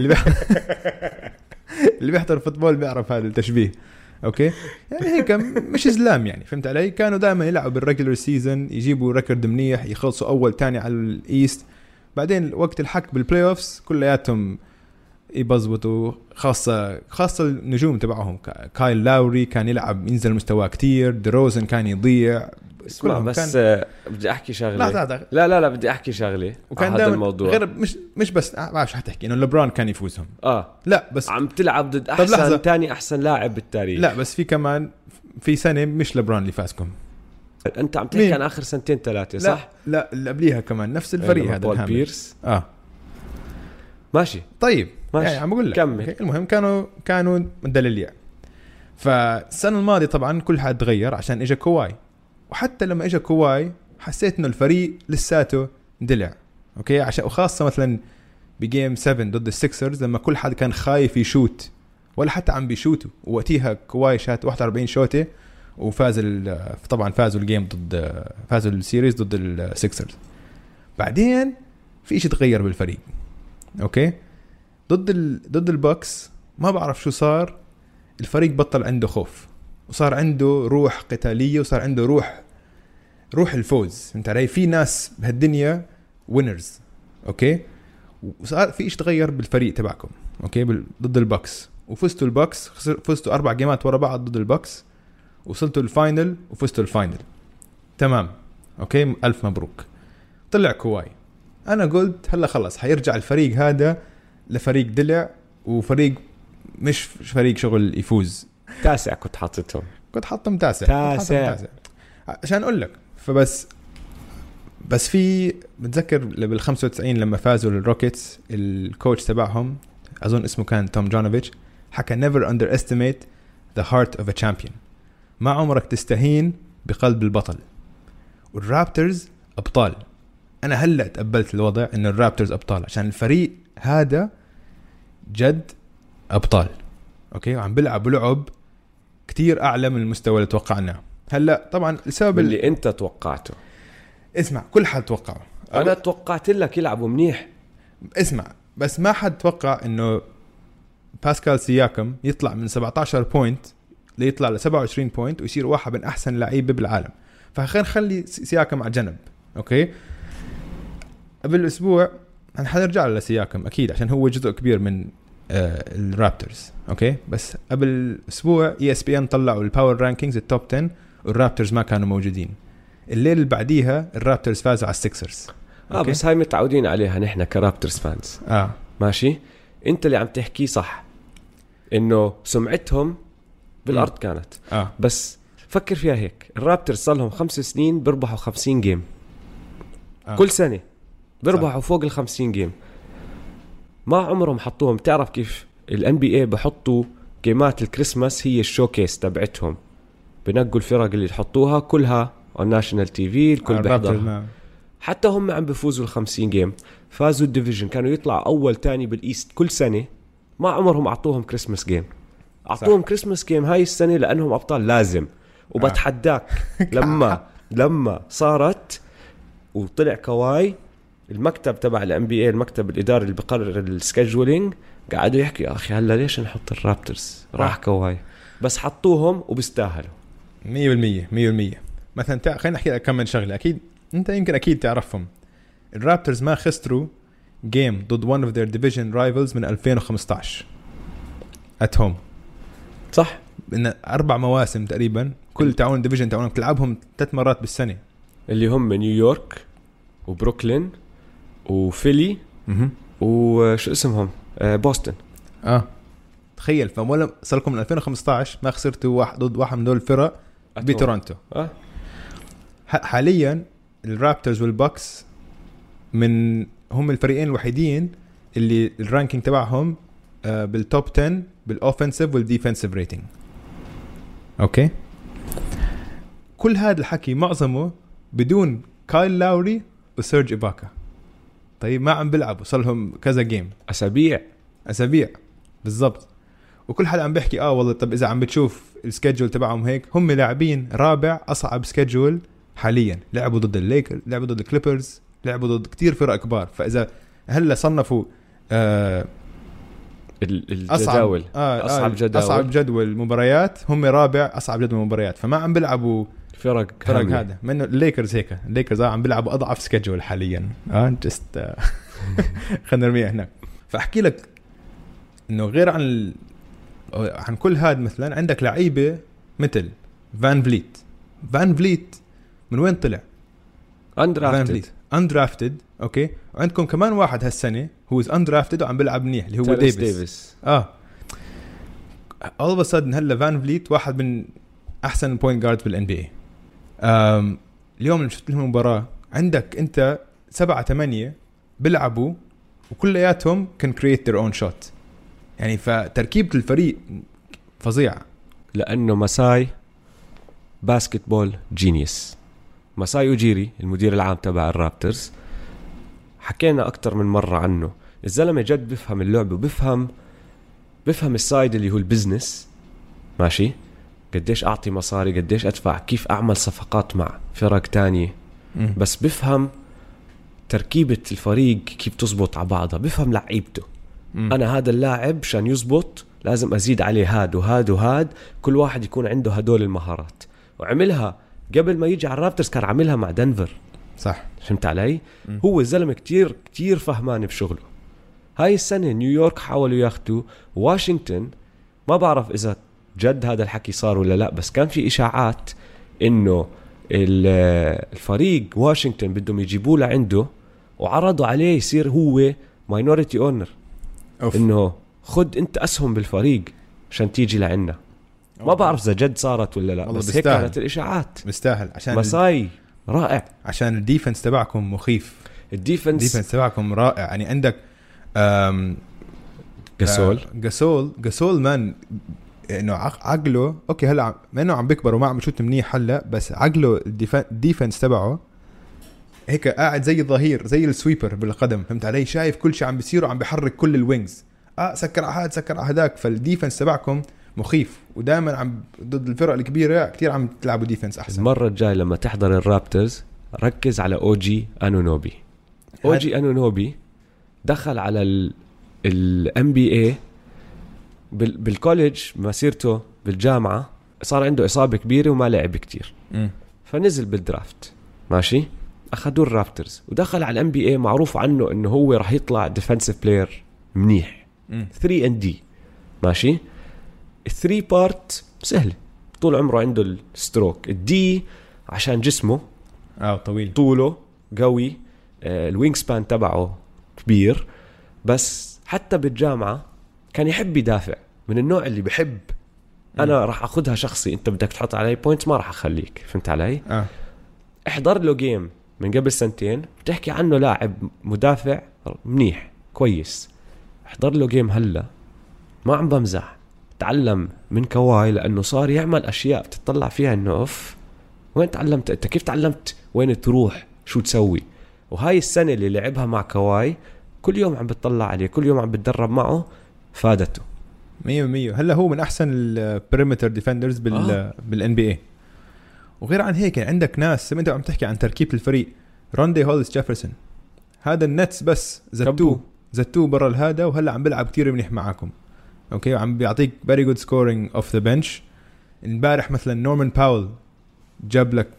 اللي بيحضر فوتبول بيعرف هذا التشبيه. اوكي، يعني هيك مش اسلام، يعني فهمت علي؟ كانوا دائما يلعبوا بالريجولر سيزون، يجيبوا ريكورد منيح، يخلصوا اول تاني على الايست، بعدين وقت الحك بالبلاي اوفز كلياتهم يبزبطوا. خاصه النجوم تبعهم، كايل لاوري كان يلعب ينزل مستواه كتير، دروزن كان يضيع، اسمع بس بدي احكي شغله. لا بدي احكي شغله. وكان هذا الموضوع غير مش بس ما بعرف شو حتحكي انه ليبرون كان يفوزهم. لا بس عم تلعب ضد احسن ثاني احسن لاعب بالتاريخ. لا بس في كمان في سنه مش ليبرون اللي فازكم. انت عم تحكي عن اخر سنتين ثلاثه صح؟ لا اللي قبليها كمان نفس الفريق هذا بول بيرس. ماشي طيب ماشي. يعني عم بقول لك المهم كانوا مدللين. فالسنه الماضيه طبعا كل حد تغير عشان اجى كواي، وحتى لما اجى كواي حسيت انه الفريق لساته دلع. اوكي عشان وخاصه مثلا بجيم 7 ضد السكسرز لما كل حد كان خايف يشوت ولا حتى عم بيشوتوا، ووقتها كواي شات 41 شوطه وفاز طبعا فازوا الجيم فازوا السيريز ضد السكسرز. بعدين في شيء تغير بالفريق. اوكي ضد البوكس ما بعرف شو صار، الفريق بطل عنده خوف وصار عنده روح قتاليه وصار عنده روح الفوز. انت عارف في ناس بهالدنيا وينرز. اوكي وصار في شيء تغير بالفريق تبعكم. اوكي ضد البوكس وفزتوا البوكس، فزتوا 4 جيمات ورا بعض ضد البوكس، وصلتوا الفاينل وفزتوا الفاينل. تمام اوكي الف مبروك. طلع كواي، انا قلت هلا خلص حيرجع الفريق هذا لفريق دلع وفريق مش فريق شغل يفوز. تاسع كنت حاطهم تاسع عشان اقول لك. بس في بتذكر بال95 لما فازوا الروكيتس الكوتش تبعهم اظن اسمه كان توم جونوفيتش حكى never underestimate the heart of a champion. ما عمرك تستهين بقلب البطل. والرابترز ابطال. انا هلا تقبلت الوضع انه الرابترز ابطال عشان الفريق هذا جد ابطال. اوكي وعم بيلعبوا لعب كتير اعلى من المستوى اللي توقعناه. هلا طبعا السبب اللي انت توقعته. اسمع كل حد توقعه. انا توقعت لك يلعبوا منيح. اسمع بس ما حد توقع انه باسكال سياكم يطلع من 17 بوينت ليطلع ل 27 بوينت ويصير واحد من احسن لعيبه بالعالم. فخلينا نخلي سياكم على جنب. اوكي قبل اسبوع انا حنرجع لسياكم اكيد عشان هو جزء كبير من الرابترز. اوكي بس قبل اسبوع ESPN طلعوا الباور رانكينجز التوب 10 والرابترز ما كانوا موجودين. الليل اللي بعديها الرابترز فازوا على السكسرز. بس هاي متعودين عليها نحن كرابترز فانز. ماشي انت اللي عم تحكيه صح انه سمعتهم بالارض كانت. بس فكر فيها هيك، الرابترز صار لهم 5 سنين بيربحوا 50 جيم. كل سنه بيربحوا فوق ال50 جيم. ما عمرهم حطوهم. تعرف كيف الNBA بحطوا جيمات الكريسماس هي الشوكيس تبعتهم، بنقوا الفرق اللي تحطوها كلها على ناشونال تي في الكل بيحضرها. حتى هم عم بيفوزوا ال50 جيم. فازوا الديفيجن كانوا يطلعوا اول تاني بالايست كل سنه. ما عمرهم اعطوهم كريسماس جيم. اعطوهم كريسماس جيم هاي السنه لانهم ابطال لازم. وبتحداك لما صارت وطلع كواي المكتب تبع الNBA المكتب الاداري اللي بقرر السكيدجولينج قاعدوا يحكي يا اخي هلا ليش نحط الرابترز. راح كواي بس حطوهم وبيستاهلوا 100%. مثلا خلينا نحكي كم من شغله اكيد انت يمكن اكيد تعرفهم. الرابترز ما خسروا جيم ضد one of their division rivals من 2015 at home. صح إن 4 مواسم تقريبا كل تعاون ديفيجن تعاونك تلعبهم 3 مرات بالسنه اللي هم نيويورك وبروكلين وفيلي وشو اسمهم بوسطن. تخيل فولا صار لكم من 2015 ما خسرتوا ضد واحد من دول الفرق بتورنتو. حاليا الرابترز والبوكس من هم الفريقين الوحيدين اللي الرانكينج تبعهم بالتوب 10 بالاوفنسيف والديفنسيف ريتنج. اوكي كل هذا الحكي معظمه بدون كايل لاوري وسيرج إباكا. طيب ما عم بيلعبوا صار لهم كذا جيم اسابيع بالضبط. وكل حدا عم بيحكي والله طب اذا عم بتشوف السكيدجول تبعهم هيك هم لاعبين رابع اصعب سكيدجول حاليا. لعبوا ضد الليكر لعبوا ضد الكليبرز لعبوا ضد كتير فرق كبار. فاذا هلا صنفوا الجداول اصعب جدول مباريات هم رابع اصعب جدول مباريات. فما عم بيلعبوا فرق هذا منه الليكرز هيك. الليكرز عم بيلعبوا اضعف سكيدجول حاليا. جست خلينا نرميها هناك. فاحكي لك انه غير عن كل هذا مثلا عندك لعيبه مثل فان فليت من وين طلع؟ اندرافتد. اوكي، وعندكم كمان واحد هالسنه هو اندرافتد وعم بيلعب منيح اللي هو ديفيس. all of a sudden هلا فان فليت واحد من احسن البوينت جاردز بالان بي اي. اليوم اللي شفت لهم مباراه عندك انت 7-8 بيلعبوا وكلياتهم كان create their own shot، يعني فتركيبة الفريق فظيعة. لأنه مساي باسكت بول جينيوس. مساي أوجيري المدير العام تبع الرابترز، حكينا أكتر من مرة عنه. الزلمة جد بفهم اللعبة وبفهم السايد اللي هو البزنس، ماشي، قديش أعطي مصاري، قديش أدفع، كيف أعمل صفقات مع فرق تانية. بس بفهم تركيبة الفريق كيف تزبط على بعضها، بفهم لعيبته. أنا هذا اللاعب شان يزبط لازم أزيد عليه هاد وهاد وهاد، كل واحد يكون عنده هدول المهارات. وعملها قبل ما يجي على الرابترز، كان عملها مع دنفر. صح، فهمت علي؟ هو الزلمة كتير كتير فهمان بشغله. هاي السنة نيويورك حاولوا ياخدوا، واشنطن ما بعرف إذا جد هذا الحكي صار ولا لا، بس كان في إشاعات إنه الفريق واشنطن بدهم يجيبوه لعنده وعرضوا عليه يصير هو minority owner، إنه خد أنت أسهم بالفريق عشان تيجي لعنا. ما بعرف إذا جد صارت ولا لا، بس هيك كانت الإشاعات. مستاهل عشان مساي رائع، عشان الديفنس تبعكم مخيف. الديفنس تبعكم رائع. يعني عندك جاسول مان، انه عقله اوكي هلا ما انه عم بيكبر وما عم بشوت منيح هلا، بس عقله الديفنس تبعه هيك قاعد زي الظهير، زي السويبر بالقدم. فهمت علي؟ شايف كل شيء عم بيصير وعم بيحرك كل الوينجز، سكر على هذا سكر على هذاك. فالديفنس تبعكم مخيف، ودائما عم ضد الفرق الكبيره كتير عم تلعبوا ديفنس احسن. المره الجايه لما تحضر الرابترز ركز على اوجي انونوبي. اوجي انونوبي دخل على الام بي اي بالكوليدج، مسيرته بالجامعه صار عنده اصابه كبيره وما لعب كتير، فنزل بالدرافت، ماشي، اخذوا الرابترز ودخل على الام بي اي. معروف عنه انه هو راح يطلع ديفنسيف بلاير منيح، 3 and D، ماشي. ال3 بارت سهل، طول عمره عنده الستروك. الدي عشان جسمه طويل، طوله قوي، الوينج سبان تبعه كبير. بس حتى بالجامعة كان يحب يدافع، من النوع اللي بحب أنا راح أخذها شخصي، أنت بدك تحط علي بوينتس ما راح أخليك. فهمت علي؟ احضر له جيم من قبل 2 بتحكي عنه لاعب مدافع منيح كويس. احضر له جيم هلا، ما عم بمزح، تعلم من كواي، لأنه صار يعمل أشياء بتطلع فيها إنه أوف، وين تعلمت أنت؟ كيف تعلمت وين تروح، شو تسوي؟ وهاي السنة اللي لعبها مع كواي كل يوم عم بتطلع عليه، كل يوم عم بتدرب معه، فادته 100%. هلا هو من أحسن البريمتر ديفندرز بالان بي اي. وغير عن هيك عندك ناس، انت عم تحكي عن تركيبة الفريق، روندي هولز جيفرسون هذا النتس بس زتوه برا الهذا، وهلا عم بيلعب كتير منيح معاكم. اوكي، وعم بيعطيك very good scoring off the bench. امبارح مثلا نورمان باول جاب لك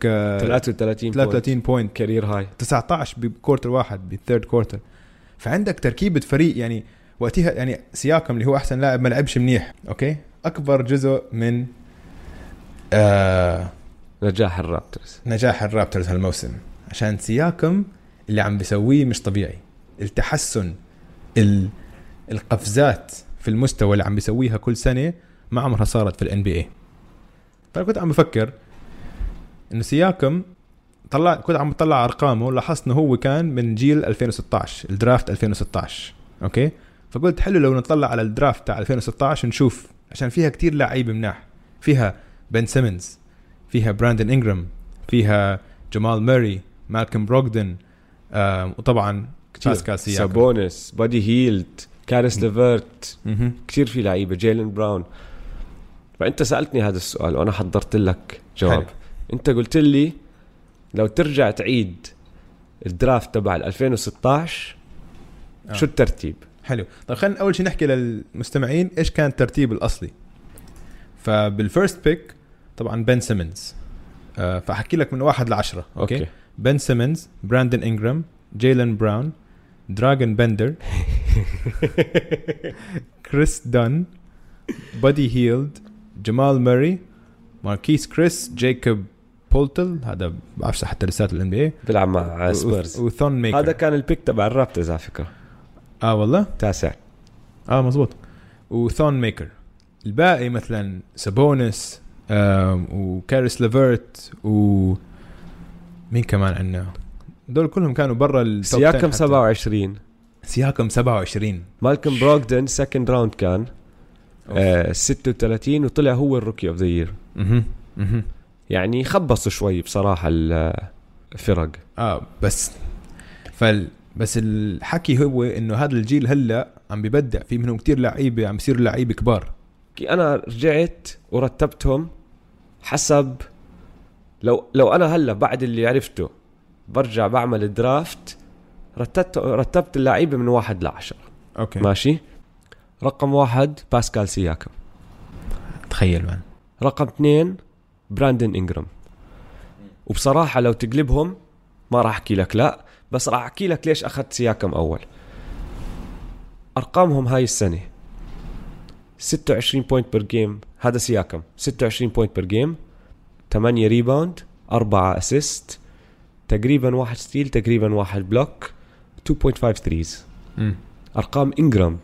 33 بوينت كارير هاي، 19 بكورتر واحد بالثيرد كورتر. فعندك تركيبة فريق يعني وقتها، يعني سياكم اللي هو أحسن لاعب ما لعبش منيح. أوكي، أكبر جزء من نجاح الرابترز هالموسم عشان سياكم اللي عم بيسويه مش طبيعي. التحسن، القفزات في المستوى اللي عم بيسويها كل سنة ما عمرها صارت في الان بي اي. فكنت عم بفكر انه سياكم كنت عم بطلع ارقامه، لاحظت انه هو كان من جيل 2016، الدرافت 2016. اوكي، فقلت حلو لو نطلع على الدرافت تاع 2016 ونشوف، عشان فيها كتير لاعب مناح. فيها بن سيمنز، فيها براندن إنجرام، فيها جمال ماري، مالكم بروغدن، وطبعا باسكال سياكم، سابونس، بادي هيلد، كاريس ليفرت، كتير في لعيبة، جيلن براون. فأنت سألتني هذا السؤال وأنا حضرت لك جواب. حلو. أنت قلت لي لو ترجع تعيد الدرافت تبع 2016 شو الترتيب؟ حلو. طيب خلينا أول شيء نحكي للمستمعين إيش كان الترتيب الأصلي. فبالفيرست بيك طبعا بن سيمنز، فأحكي لك من 1 ل10. أوكي. بن سيمنز، براندن إنجرام، جيلن براون، دراغن بندر، كريس دان، بادي هيلد، جمال ماري، ماركيس كريس، جايكوب بولتل، هذا بعرفش حتى لسات الان بي اي، بيلعب مع سبيرز. وثون ميكر، هذا كان البيك تبع الرابترز على فكره. والله 9. مزبوط. وثون ميكر. الباقي مثلا سابونس وكاريس ليفرت ومين كمان عندنا، دول كلهم كانوا برا. سياكم 27. سياكم 27. مالكم بروغدن سكند راوند كان 36 وطلع هو الروكي اوف ذا يير. يعني خبصوا شوي بصراحه الفرق. بس الحكي هو انه هذا الجيل هلا عم ببدع، في منهم كتير لعيبه عم يصيروا لعيبه كبار. انا رجعت ورتبتهم حسب لو انا هلا بعد اللي عرفته برجع بعمل الدرافت، رتبت اللعيبه من 1 ل10. اوكي ماشي. رقم 1 باسكال سياكم، تخيل مان. رقم 2 براندن إنجرام. وبصراحة لو تقلبهم ما راح أحكي لك لا، بس راح أحكي لك ليش أخذت سياكم أول. أرقامهم هاي السنة 26 بوينت بير جيم، هذا سياكم 26 بوينت بير جيم، 8 ريباوند، 4 أسيست، تقريبا 1 ستيل، تقريبا 1 بلوك، 2.5 ثريز. أرقام إنجرام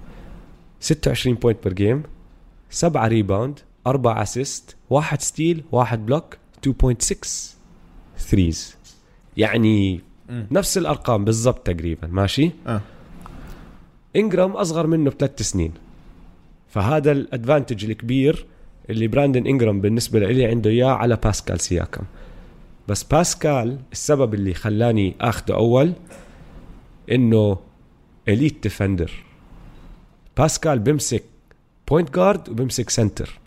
26 بوينت بير جيم، 7 ريباوند، 4 أسيست، 1 ستيل، 1 بلوك، 2.6 ثريز. يعني نفس الأرقام بالضبط تقريبا. ماشي. إنجرام أصغر منه ب3 سنين، فهذا الأدفانتج الكبير اللي براندن إنجرام بالنسبة لي عنده إياه على باسكال سياكم. بس باسكال السبب اللي خلاني أخده أول إنه إليت ديفندر. باسكال بيمسك بوينت جارد وبيمسك سنتر،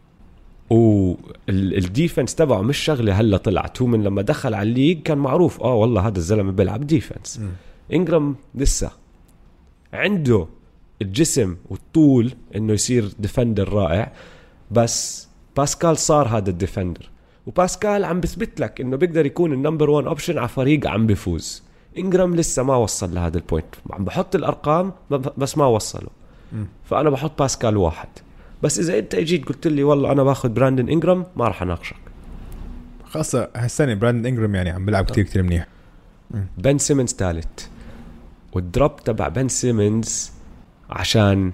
والديفنس تبعه مش شغله هلا طلعت، هو من لما دخل على الليج كان معروف والله هذا الزلمه بيلعب ديفنس. إنجرام لسه عنده الجسم والطول انه يصير ديفندر رائع، بس باسكال صار هذا الديفندر، وباسكال عم بثبت لك انه بيقدر يكون النمبر 1 اوبشن على فريق عم بيفوز. إنجرام لسه ما وصل لهذا البوينت، عم بحط الارقام بس ما وصله. فانا بحط باسكال 1. بس اذا انت اجيت قلت لي والله انا باخذ براندن إنجرام ما راح اناقشك، خاصه هالسنه براندن إنجرام يعني عم بيلعب كتير منيح. بن سيمنز ثالث، والدروب تبع بن سيمنز عشان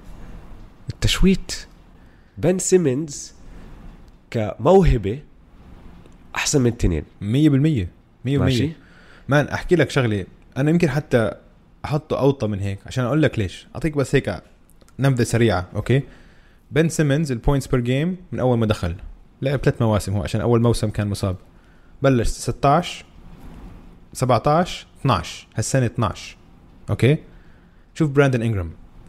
التشويت. بن سيمنز كموهبه احسن من 2 100%. ماشي مان. احكي لك شغله، انا يمكن حتى احطه اوطى من هيك عشان اقول لك ليش. اعطيك بس هيك نبذه سريعه. اوكي، بن سيمنز البوينتس بير جيم من اول ما دخل لعب 3 مواسم، هو عشان اول موسم كان مصاب، بلش 16 17 12، هالسنه 12. اوكي، شوف براندن إنجرام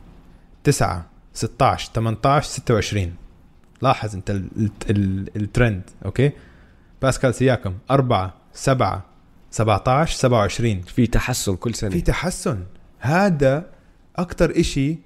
9 16 18 26. لاحظ انت الترند. اوكي، باسكال سياكم 4 7 17 27. في تحسن كل سنه، في تحسن. هذا اكتر اشي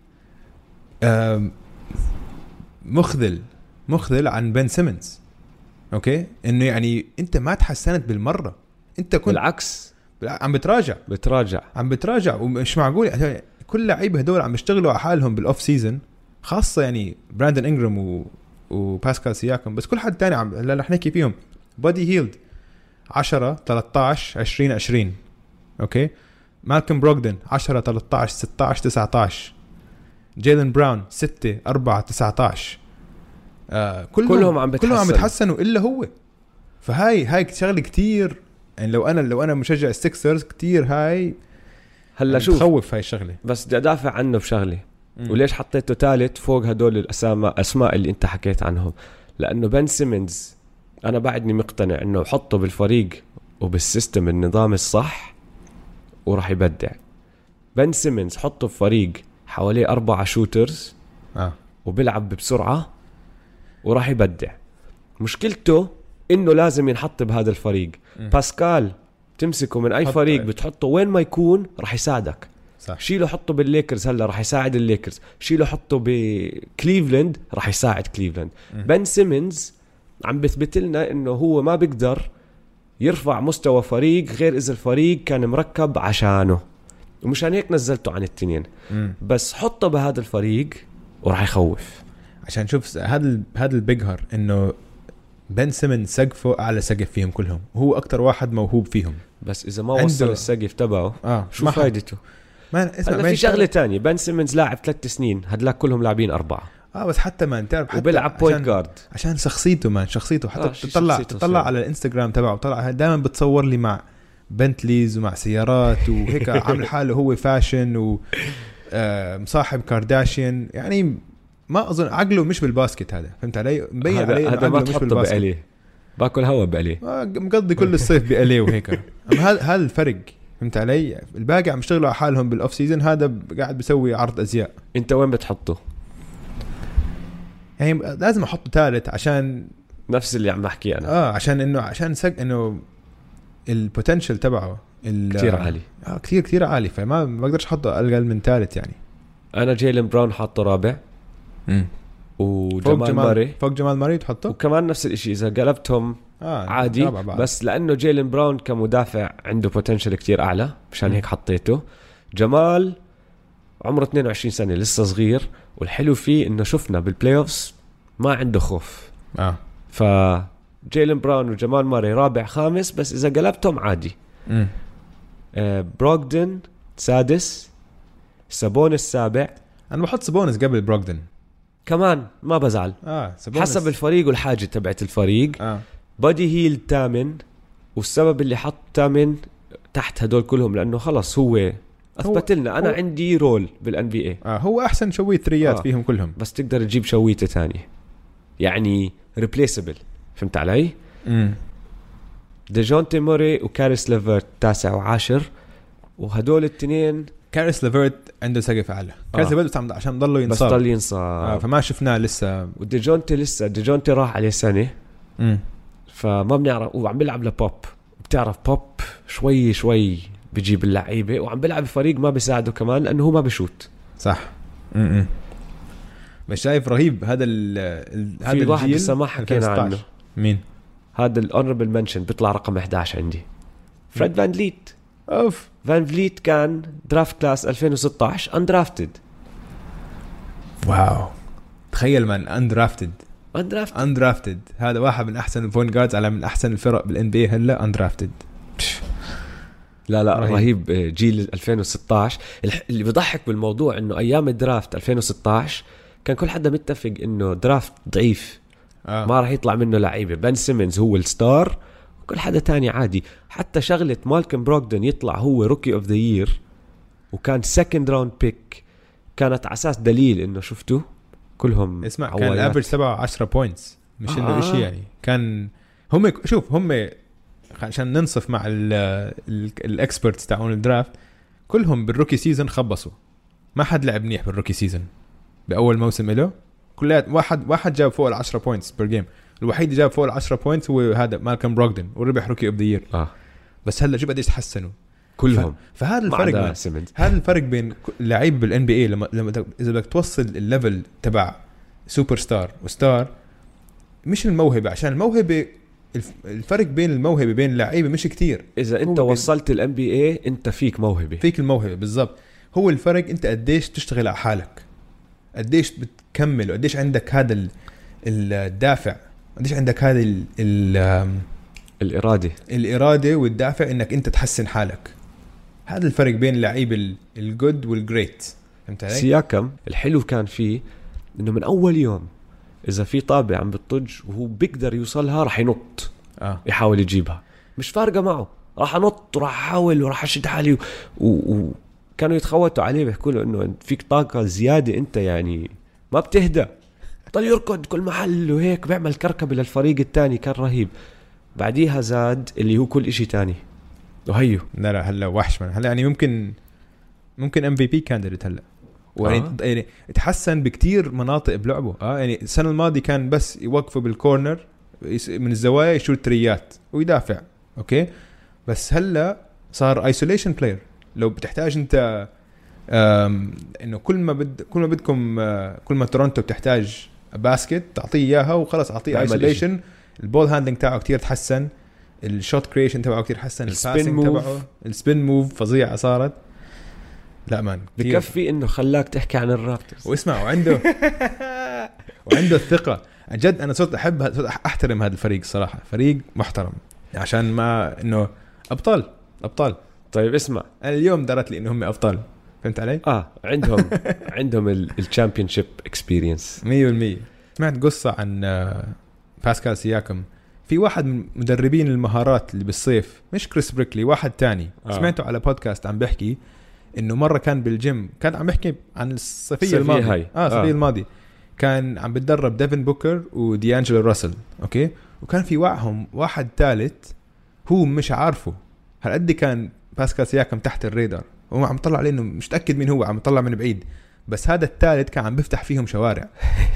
مخذل عن بن سيمنز. اوكي، انه يعني انت ما تحسنت بالمره، انت كنت بالعكس عم بتراجع ومش معقول. كل لعيبه هدول عم يشتغلوا على حالهم بالاوف سيزن، خاصه يعني براندن إنجرام وباسكال سياكم، بس كل حد تاني عم رح نحكي فيهم. بودي هيلد 10 13 20 20. اوكي، مالكم بروغدن 10 13 16 19. جيلن براون 6 4 19. كلهم عم بتحسنوا الا هو. فهاي شغله كتير يعني. لو انا مشجع السكسرز كتير، هاي هلا شوف تخوف هاي الشغله. بس بدي ادافع عنه بشغله. وليش حطيته ثالث فوق هدول الاسماء اللي انت حكيت عنهم؟ لانه بن سيمنز انا بعدني مقتنع انه حطه بالفريق وبالسيستم النظام الصح وراح يبدع. بن سيمنز حطه بفريق حواليه 4 شوترز وبيلعب بسرعه وراح يبدع. مشكلته انه لازم ينحط بهذا الفريق. باسكال تمسكه من اي فريق بتحطه وين ما يكون راح يساعدك. صح. شيله حطه بالليكرز هلا راح يساعد الليكرز، شيله حطه بكليفلاند راح يساعد كليفلاند. بن سيمنز عم بثبت لنا انه هو ما بيقدر يرفع مستوى فريق غير اذا الفريق كان مركب عشانه، ومشان هيك نزلته عن التنين. بس حطه بهذا الفريق وراح يخوف. عشان شوف هذا البيجهر انه بن سيمنز سقفه اعلى سقف فيهم كلهم، وهو اكتر واحد موهوب فيهم. بس اذا ما وصل السقف تبعه شو فايدته؟ ما اسمع، في شغله تانية، بن سيمنز لاعب 3 سنين، هدلاك كلهم لاعبين 4. بس حتى ما انت تعرف، وبيلعب بوينت جارد عشان شخصيته حتى تطلع على الانستغرام تبعه، طلع دائما بتصور لي مع بنتليز ومع سيارات وهيك عامل حاله هو فاشن ومصاحب كارداشيان. يعني ما اظن عقله مش بالباسكت هذا، فهمت علي؟ مبين عليه هذا ما تحطه بقليه، باكل هوا بقليه، مقضي كل الصيف بقليه وهيك. هذا الفرق، فهمت علي؟ الباقي عم يشتغلوا على حالهم بالاوف سيزون، هذا قاعد بيسوي عرض ازياء. انت وين بتحطه؟ يعني لازم احطه ثالث عشان نفس اللي عم بحكي انا. عشان انه البوتنشل تبعه كتير عالي. كتير عالي، فما بقدرش احطه اقل من ثالث. يعني انا جيلن براون حاطه رابع. وجمال ماري فوق جمال ماري تحطه، وكمان نفس الاشي اذا قلبتهم عادي، بس لانه جيلن براون كمدافع عنده بوتنشل كتير اعلى، مشان هيك حطيته. جمال عمره 22 سنة لسه صغير، والحلو فيه انه شفنا بالبلاي اوفز ما عنده خوف. فجيلن براون وجمال ماري رابع خامس، بس اذا قلبتهم عادي. بروغدن سادس، سابونس سابع. انا بحط سابونس قبل بروغدن كمان، ما بزعل. حسب الفريق والحاجة تبعت الفريق. بادي هيل 8، والسبب اللي حط 8 تحت هدول كلهم لانه خلص هو اثبت لنا انا عندي رول بالان بي اي. هو احسن شويه ثريات فيهم كلهم، بس تقدر تجيب شويته تانية، يعني ريبليسبل، فهمت علي؟ ديجونتي موري وكاريس ليفرت 9 و10، وهدول الاثنين. كاريس ليفرت عنده سقف اعلى. كاريس ليفرت عشان ضله ينصاب، بس ضل ينصاب. فما شفناه لسه. ديجونتي راح عليه سنه، فما بنعرف. وعم بيلعب لبوب، بتعرف بوب شوي بيجيب اللعيبه، وعم بيلعب فريق ما بيساعده كمان لانه هو ما بيشوت. صح. مش شايف رهيب هذا هذا في واحد لسه ما حكينا عنه. مين هذا الاونربل منشن؟ بيطلع رقم 11 عندي، فريد فان فليت. فان فليت كان درافت كلاس 2016 اندرافتد. واو، تخيل من اندرافتد. هذا واحد من احسن البوينت جاردز على من احسن الفرق بالان بي هلا اندرافتد. لا رهيب. جيل 2016 اللي بيضحك بالموضوع انه ايام الدرافت 2016 كان كل حدا متفق انه درافت ضعيف، ما راح يطلع منه لعيبه. بن سيمنز هو الستار، وكل حدا تاني عادي. حتى شغله مالكم بروغدن يطلع هو روكي اوف ذا يير وكان سكند راوند بيك، كانت على اساس دليل انه شفتوا كلهم. اسمع، كان الافرج 17 بوينتس، مش انه شيء يعني. كان هم عشان ننصف مع الاكسبرتس تاعون الدرافت، كلهم بالروكي سيزن خبصوا. ما حد لعب منيح بالروكي سيزن باول موسم له. كليات واحد جاب فوق 10 بوينتس بير جيم. الوحيد اللي جاب فوق 10 بوينتس هو هذا مالكم بروغدن، وربح روكي اوف ذا يير. بس هلا شوف قديش تحسنوا كلهم. فهذا الفرق هذا الفرق بين اللعيب بالان بي اي. لما اذا بدك توصل الليفل تبع سوبر ستار وستار، مش الموهبه، عشان الموهبه الفرق بين الموهبه بين اللعيبه مش كتير. اذا انت وصلت الان بي اي انت فيك الموهبه بالضبط. هو الفرق انت قديش تشتغل على حالك، قديش بتكمل، وقديش عندك هذا الدافع، قديش عندك هذا الإرادة والدافع انك انت تحسن حالك. هذا الفرق بين اللعيب الجود والجريت، فهمت علي؟ سياكم الحلو كان فيه انه من اول يوم اذا في طابة عم بتطج وهو بيقدر يوصلها راح ينط، يحاول يجيبها، مش فارقة معه، راح انط وراح احاول وراح اشد حالي كانوا يتخوتوا عليه بيحكوا له انه فيك طاقة زيادة، انت يعني ما بتهدى، ضل يركض كل محل وهيك بيعمل كركبة للفريق التاني. كان رهيب. بعديها زاد اللي هو كل اشي تاني وهيو. لا هلا وحش من هلا، يعني ممكن MVP كانديديت هلا. يعني اتحسن بكتير مناطق بلعبه. يعني السنة الماضية كان بس يوقفه بالكورنر من الزوايا يشوت تريات ويدافع، اوكي، بس هلا صار ايسوليشن بلاير. لو بتحتاج انت انه كل ما تورونتو بتحتاج باسكت تعطيه اياها وخلاص، اعطيه ايسوليشن. البول هاندلنج تاعه كتير تحسن، الشوت كرييشن تبعه كتير حسن، الباسنج تبعه، السبين موف فظيعه صارت. لا مان بكفي انه خلاك تحكي عن الرابترز. واسمع وعنده الثقه. جد انا صرت احترم هذا الفريق صراحه، فريق محترم عشان ما انه ابطال. طيب اسمع، انا اليوم درت لي انه هم ابطال، فهمت علي؟ عندهم الشامبيونشيب اكسبيرينس 100%. سمعت قصه عن باسكال سياكم، في واحد من مدربين المهارات اللي بالصيف، مش كريس بريكلي، واحد تاني سمعته على بودكاست عم بيحكي انه مره كان بالجيم، كان عم يحكي عن الصيفيه الماضيه الصيفيه الماضيه، كان عم بتدرب ديفن بوكر وديانجلو راسل، اوكي، وكان في وعهم واحد ثالث هو مش عارفه. هالقد كان باسكال سياكم تحت الريدار، هو عم طلع عليه انه مش متاكد مين هو، عم طلع من بعيد، بس هذا الثالث كان عم بيفتح فيهم شوارع.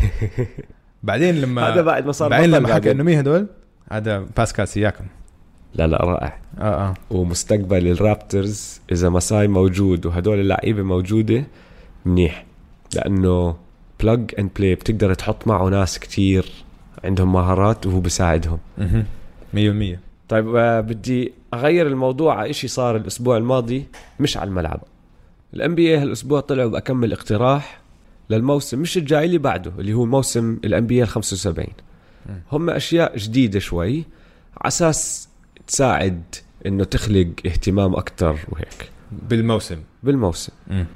بعدين لما هذا بعد ما صار بعدين لما حكى انه مين هدول، هذا باسكال سياكم. لا رائع. ومستقبل الرابترز اذا مساي موجود وهدول اللعيبه موجوده منيح، لانه بلاج اند بلاي، بتقدر تحط معه ناس كتير عندهم مهارات وهو بيساعدهم 100%. طيب بدي اغير الموضوع على اشي صار الاسبوع الماضي مش على الملعب. الان بي اي هالاسبوع طلعوا باكمل اقتراح للموسم مش الجاي اللي بعده، اللي هو موسم الان بي اي 75. هم اشياء جديده شوي على اساس تساعد انه تخلق اهتمام اكتر وهيك بالموسم.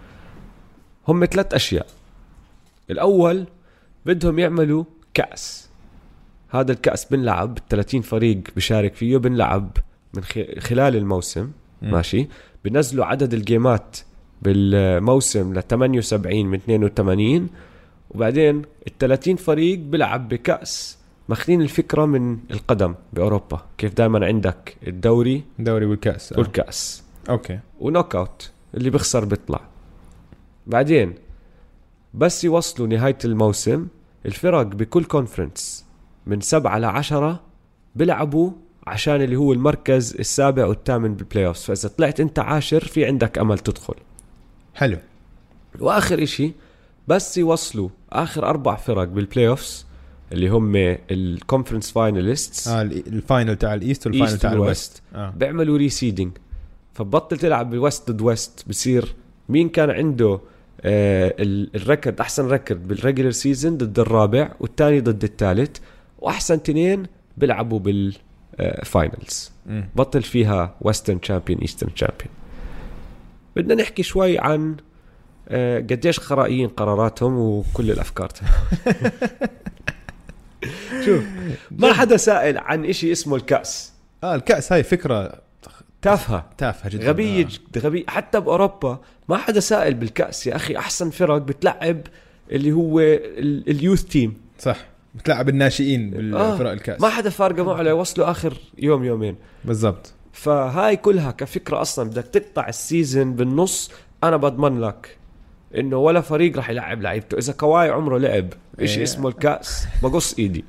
هم 3 اشياء. الاول بدهم يعملوا كأس. هذا الكأس بنلعب 30 فريق بشارك فيه، بنلعب من خلال الموسم. ماشي، بنزلوا عدد الجيمات بالموسم ل 78 من 82، وبعدين ال 30 فريق بلعب بكأس. ماخذين الفكرة من القدم بأوروبا، كيف دائما عندك الدوري والكأس اوكي، ونوك اوت، اللي بيخسر بيطلع. بعدين بس يوصلوا نهاية الموسم الفرق بكل كونفرنس من 7 ل 10 بيلعبوا عشان اللي هو المركز السابع والثامن بالبلاي اوف. فإذا طلعت انت 10 في عندك امل تدخل. حلو. واخر اشي بس يوصلوا اخر 4 فرق بالبلاي اوف اللي هم الكونفرنس فايناليستس، الفاينل تاع الايست والفاينل تاع الويست، بيعملوا ريسيدينج. فبطل تلعب بالويست ضد ويست، بصير مين كان عنده الركض احسن ركض بالريجولر سيزون ضد الرابع، والثاني ضد الثالث، واحسن 2 بيلعبوا بالفاينلز. بطل فيها ويسترن تشامبيون ايسترن تشامبيون. بدنا نحكي شوي عن قديش خرائيين قراراتهم وكل الافكار. شوف، ما حدا سائل عن إشي اسمه الكأس. الكأس هاي فكرة تافهة جدا، غبية غبية. حتى بأوروبا ما حدا سائل بالكأس يا أخي. أحسن فرق بتلعب اللي هو اليوث تيم، صح، بتلعب الناشئين بالفرق الكأس. ما حدا فارقة معه ليوصلوا آخر يومين بالضبط. فهاي كلها كفكرة أصلا بدك تقطع السيزن بالنص. أنا بضمن لك إنه ولا فريق رح يلعب لعيبته. إذا كواي عمره لعب إشي اسمه الكأس بقص إيدي.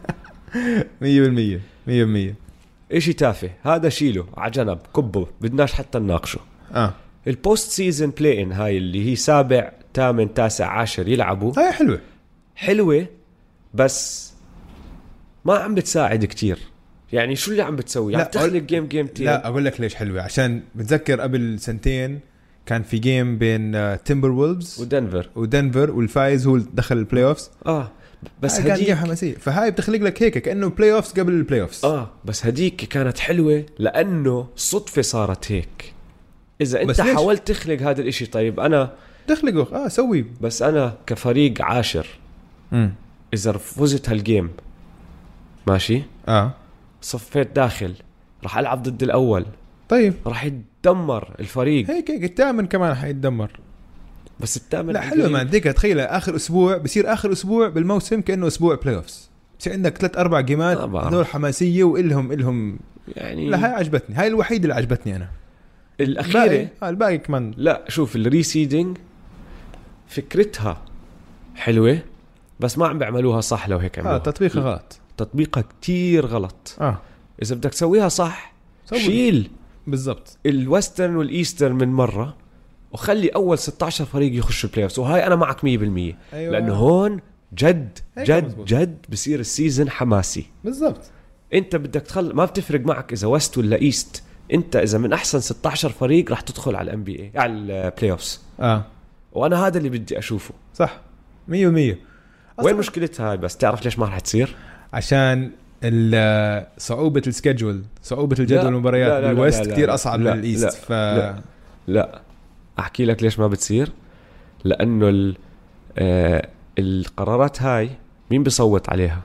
100%. إشي تافه هذا، شيله عجنب كبه، بدناش حتى نناقشه. البوست سيزن بلاين هاي اللي هي 7 8 9 10 يلعبوا، هاي حلوة بس ما عم بتساعد كتير. يعني شو اللي عم بتسوي؟ عم تخلق جيم تيم. لا أقول لك ليش حلوة، عشان بتذكر قبل سنتين كان في جيم بين تيمبر وولفز ودنفر والفايز هو دخل البلاي اوفز. بس هديك حماسية، فهاي بتخلق لك هيك كأنه بلاي اوفز قبل البلاي اوفز. بس هديك كانت حلوة لأنه صدفة صارت هيك. إذا أنت حاولت تخلق هذا الإشي، طيب أنا تخلقه سوي، بس أنا كفريق 10 إذا فزت هالجيم ماشي، صفيت داخل راح ألعب ضد الأول، طيب راح يتدمر الفريق. هيك الثامن كمان حيتدمر. بس الثامن لا حلو، ما عندك تخيل آخر أسبوع بصير آخر أسبوع بالموسم كأنه أسبوع بلاي أوفز، بصير عندك 3-4 جيمات هذول حماسية وإلهم يعني. لا هاي عجبتني، هاي الوحيدة اللي عجبتني أنا الأخيرة. الباقي كمان لا شوف، الريسيدينج فكرتها حلوة بس ما عم بيعملوها صح. لو هيك عملوها تطبيقها غلط، تطبيقها كتير غلط. إذا بدك تسويها صح شيل بالضبط الويسترن والإيسترن من مرة، وخلي أول 16 فريق يخشوا البلاي اوفز. وهاي أنا معك 100%. أيوة. لأنه هون جد بصير السيزن حماسي. بالضبط. أنت بدك ما بتفرق معك إذا ويست ولا إيست. أنت إذا من أحسن 16 فريق راح تدخل على الNBA على البلاي اوفز. وأنا هذا اللي بدي أشوفه. صح 100%. وين مشكلتها هاي؟ بس تعرف ليش ما راح تصير؟ عشان صعوبة السكيدجول، صعوبة الجدول المباريات بالويست كتير أصعب من الإيست. لا أحكي لك ليش ما بتصير. لأنه القرارات هاي مين بيصوت عليها؟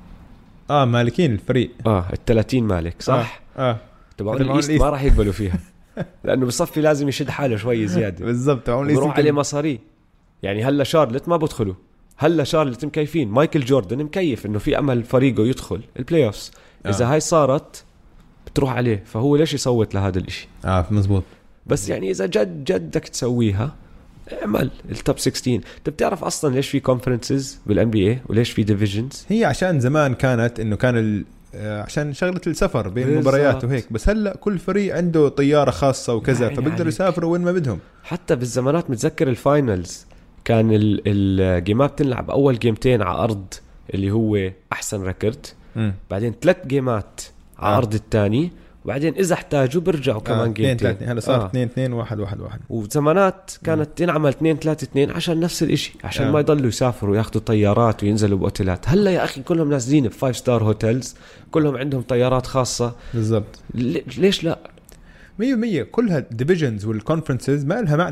مالكين الفريق. 30 مالك صح. تبعون الإيست ما راح يقبلوا فيها لأنه بصفي لازم يشد حاله شوي زيادة. بالضبط. بروح عليه مصاري. يعني هلا شارلت ما بدخلوا، هلا شارلت مكيفين، مايكل جوردن مكيف انه في امل فريقه يدخل البلاي اوفز. اذا هاي صارت بتروح عليه، فهو ليش يصوت لهذا الاشي؟ مزبوط. بس يعني اذا جدك تسويها اعمل التوب 16. انت بتعرف اصلا ليش في كونفرنسز بالان بي اي وليش في ديفيجنز؟ هي عشان زمان كانت انه كان عشان شغله السفر بين المباريات وهيك، بس هلا كل فريق عنده طياره خاصه وكذا، فبيقدروا يسافروا وين ما بدهم. حتى بالزمانات متذكر الفاينلز كان الجيمات تنلعب اول جيمتين على ارض اللي هو احسن ريكورد، بعدين 3 جيمات على ارض الثاني، وبعدين اذا احتاجوا بيرجعوا كمان جيمتين. هلا صار 2-2 1-1. وزمانات كانت تنعمل 2-3-2 عشان نفس الاشي، عشان ما يضلوا يسافروا ياخذوا طيارات وينزلوا باوتيلات. هلا يا اخي كلهم نازلين ب5 ستار هوتيلز، كلهم عندهم طيارات خاصه. بالضبط. ليش لا؟ 100% كلها الديفيجنز والكونفرنسز ما لها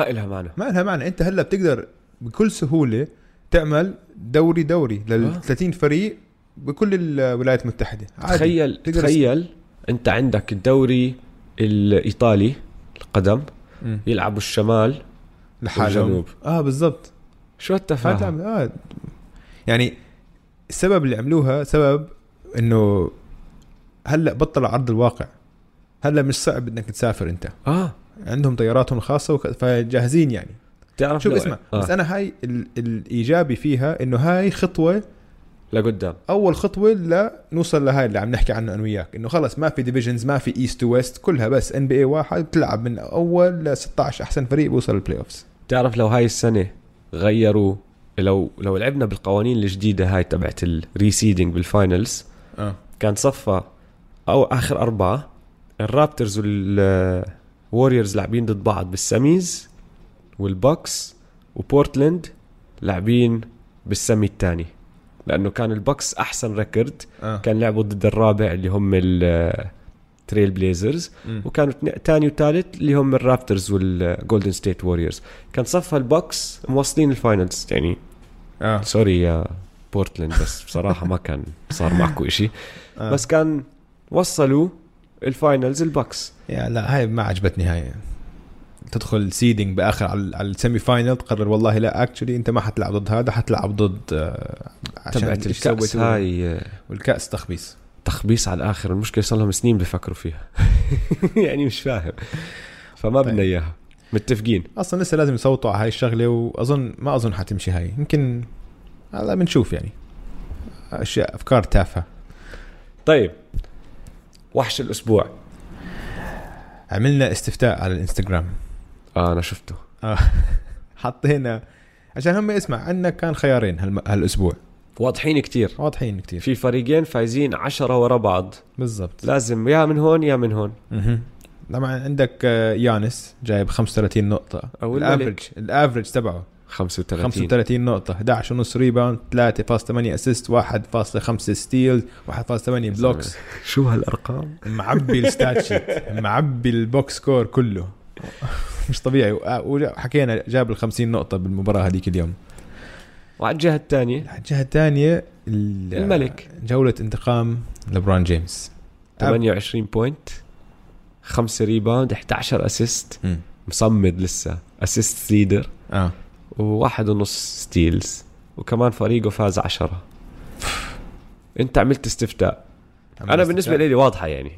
معنى. انت هلا بتقدر بكل سهوله تعمل دوري لل 30 فريق بكل الولايات المتحده. تخيل انت عندك الدوري الايطالي القدم يلعبوا الشمال لحالهم. بالضبط. شو التفاهم؟ يعني السبب اللي عملوها سبب انه هلا بطل عرض الواقع. هلا مش صعب انك تسافر انت. عندهم طياراتهم الخاصه فجاهزين. يعني تعرف شوف اسمع. بس انا هاي الايجابي فيها انه هاي خطوه لقدام، اول خطوه لنوصل لهاي اللي عم نحكي عنه انا وياك، انه خلص ما في ديفيجنز، ما في ايست وويست، كلها بس ان بي اي واحد بتلعب من اول ل 16 احسن فريق بيوصل البلاي اوفز. تعرف لو هاي السنه غيروا، لو لعبنا بالقوانين الجديده هاي تبعت الريسيدينج بالفاينلز، كان صفى او اخر 4 الرابترز والواريورز لاعبين ضد بعض بالسميز، والبوكس وبورتلاند لاعبين بالسمي الثاني، لأنه كان البوكس أحسن ريكورد. كان لعبوا ضد الرابع اللي هم التريل بليزرز، وكانوا تاني وثالث اللي هم الرابترز والجولدن ستيت واريورز. كان صفها البوكس موصلين الفاينلز يعني. سوري يا بورتلاند، بس بصراحة ما كان صار معكو إشي. بس كان وصلوا الفاينلز البوكس. يا لا هاي ما عجبتني. هاي تدخل سيدينج باخر على السيمي فاينل، تقرر والله لا اكشلي انت ما حتلعب ضد هذا، حتلعب ضد تبعت الكأس هاي. والكأس تخبيص على الاخر. المشكله صار لهم سنين بيفكروا فيها يعني مش فاهم. فما بدنا اياها. متفقين اصلا لسه لازم يصوتوا على هاي الشغله، واظن ما اظن حتمشي هاي. يمكن هلا بنشوف يعني اشياء افكار تافهه. طيب وحش الاسبوع عملنا استفتاء على الانستغرام. انا شفته. حطينا عشان هم اسمع عندنا كان خيارين هالاسبوع واضحين كتير. في فريقين فايزين 10 ورا بعض. بالضبط. لازم يا من هون يا من هون. طبعا عندك يانس جايب 35 نقطة. الافريج تبعه 35 نقطة، 11.5 ريباوند، 3.8 اسيست، 1.5 ستيل، 1.8 بلوكس. شو هالارقام؟ معبي الستات شيت، معبي البوكس سكور كله مش طبيعي. وحكينا جاب 50 نقطة بالمباراة هذيك اليوم. وعلى الجهة الثانية الملك جولة انتقام لبران جيمس. 28 بوينت، 5 ريباوند، 11 اسيست. مصمد لسه اسيست ليدر. 1.5 ستيلز، وكمان فريقه فاز 10. انت عملت استفتاء. انا بالنسبة لي واضحة يعني.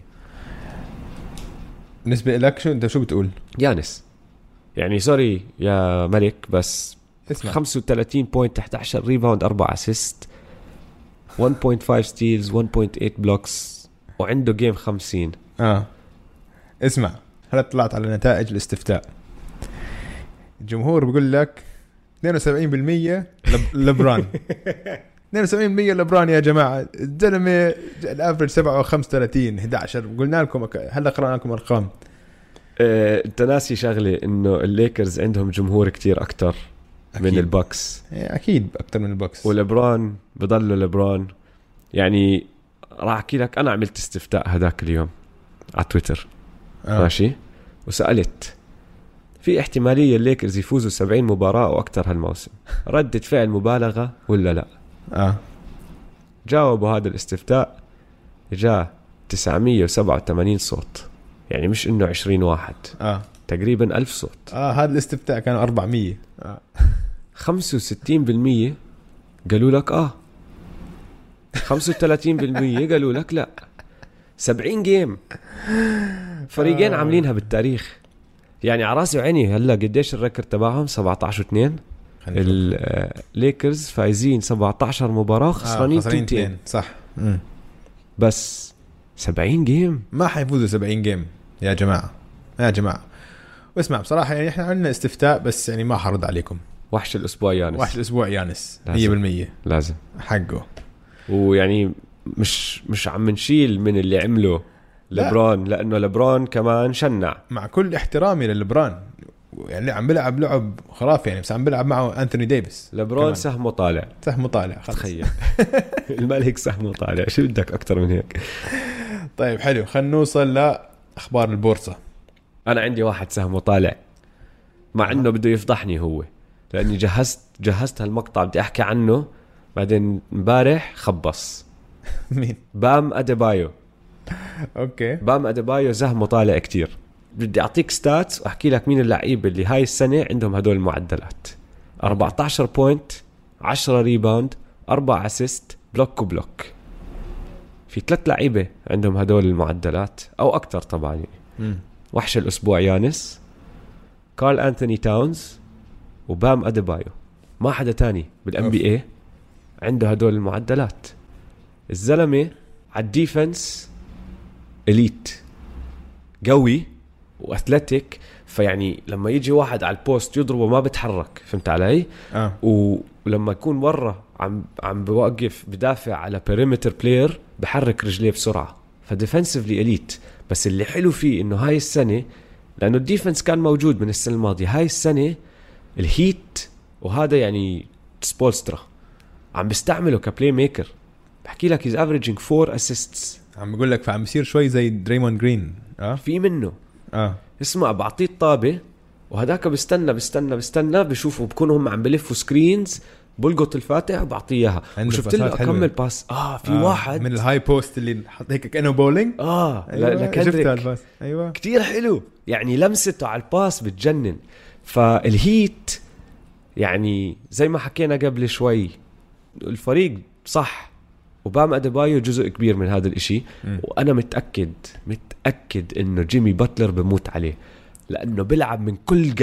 بالنسبة لك شو بتقول؟ يانس يعني سوري يا ملك، بس اسمع. 35 بوينت، 11 ريباوند، 4 اسيست، 1.5 ستيلز، 1.8 بلوكس، وعنده جيم 50. اسمع هلا طلعت على نتائج الاستفتاء. الجمهور بيقول لك 72% لبران 72% لبران يا جماعة. الزلمة الافريج 37 11. قلنا لكم هلا قرأنا لكم ارقام. انت ناسي شغلة انه الليكرز عندهم جمهور كتير اكتر من البوكس اكيد اكثر من البوكس. ولبران بضل لبران. يعني راح احكي لك انا عملت استفتاء هداك اليوم على تويتر ماشي، وسألت في احتمالية الليكرز يفوزوا 70 مباراة او اكثر هالموسم، ردة فعل مبالغة ولا لا؟ جاوبوا هذا الاستفتاء جاء 987 صوت، يعني مش انه 20 واحد، تقريبا 1000 صوت. هذا الاستفتاء كان 400. 65% قالوا لك 35% قالوا لك لا. 70 جيم، فريقين عاملينها بالتاريخ. يعني على راسي وعيني. هلا قديش الريكورد تبعهم؟ 17-2. الليكرز فايزين 17 مباراة، خسرانين 2. صح. بس 70 جيم ما حيفوزوا 70 جيم يا جماعة. واسمع بصراحة يعني احنا عندنا استفتاء، بس يعني ما حرد عليكم. وحش الأسبوع يانس 100% لازم حقه. ويعني مش عم نشيل من اللي عمله لبران، لأنه لبران كمان شنع. مع كل احترامي للبران، يعني عم بلعب لعب خرافي يعني، بس عم بلعب معه أنثوني ديفيس. لبران سهمه طالع تخيل. الملك سهمه طالع. شو بدك أكتر من هيك؟ طيب حلو، خلينا نوصل لأخبار البورصة. أنا عندي واحد سهمه طالع، مع إنه بده يفضحني هو، لأني جهزت هالمقطع بدي أحكي عنه، بعدين مبارح خبص. مين؟ بام أديبايو. أوكي. بام أديبايو سهمه طالع كتير. بدي أعطيك ستاتس وأحكي لك مين اللعيبة اللي هاي السنة عندهم هدول المعدلات: 14 بوينت، 10 ريباوند، 4 أسيست، بلوك وبلوك. في 3 لعيبة عندهم هدول المعدلات أو أكتر طبعا. وحش الأسبوع يانس، كارل أنثوني تاونز، وبام أديبايو. ما حدا تاني بالNBA عنده هدول المعدلات. الزلمة على الديفنس إليت، قوي وأثليتيك. فيعني لما يجي واحد على البوست يضربه ما بتحرك، فهمت علي؟ ولما يكون ورا عم بوقف بدافع على بيريمتر بلاير بحرك رجليه بسرعة. فديفنسيفلي إليت. بس اللي حلو فيه إنه هاي السنة، لأنه الديفنس كان موجود من السنة الماضية، هاي السنة الهيت وهذا يعني سبولسترا عم بيستعمله كبلاي ميكر. بحكي لك he's averaging 4 assists. عم بقول لك فعم بيصير شوي زي دريمون جرين. في منه. اسمع، بعطيه الطابة وهداك بستنى بشوفوا بكونوا هم عم بلفوا سكرينز، بلقط الفاتح وبعطيه اياها. وشفت له اكمل باس في واحد من الهاي بوست اللي حط هيك كانه بولينج. لكندريك. ايوه كتير حلو. يعني لمسته على الباس بتجنن. فالهيت يعني زي ما حكينا قبل شوي، الفريق صح، وبام أديبايو جزء كبير من هذا الاشي. وانا متأكد انه جيمي باتلر بموت عليه، لانه بيلعب من كل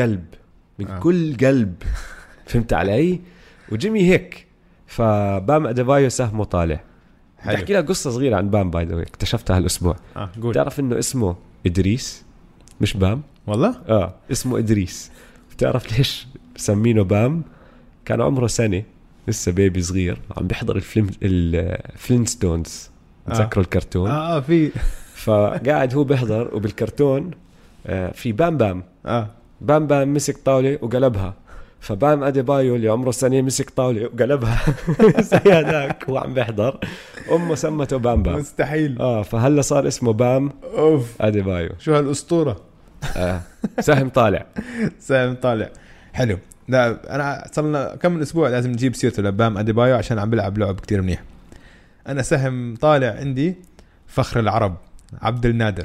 قلب فهمت علي؟ وجيمي هيك. فبام أديبايو سهمه طالع. بحكي لك قصة صغيرة عن بام باي ذا واي، اكتشفتها هالاسبوع. بتعرف انه اسمه إدريس مش بام؟ والله اسمه إدريس. بتعرف ليش سمينه بام؟ كان عمره سنة، لسه بيبي صغير، عم بيحضر الفلينستونز. تذكروا الكرتون؟ في فقاعد هو بيحضر، وبالكرتون في بام بام مسك طاولة وقلبها. فبام أديبايو اللي عمره سنة مسك طاولة وقلبها زي هذاك. هو عم بيحضر، أمه سمته بام مستحيل. فهلا صار اسمه بام أديبايو. شو هالأسطورة. سهم طالع. حلو. لا أنا صلنا كم من أسبوع لازم نجيب سيرته لبام أديبايو عشان عم بلعب لعب كتير منيح. أنا سهم طالع عندي فخر العرب، عبد النادر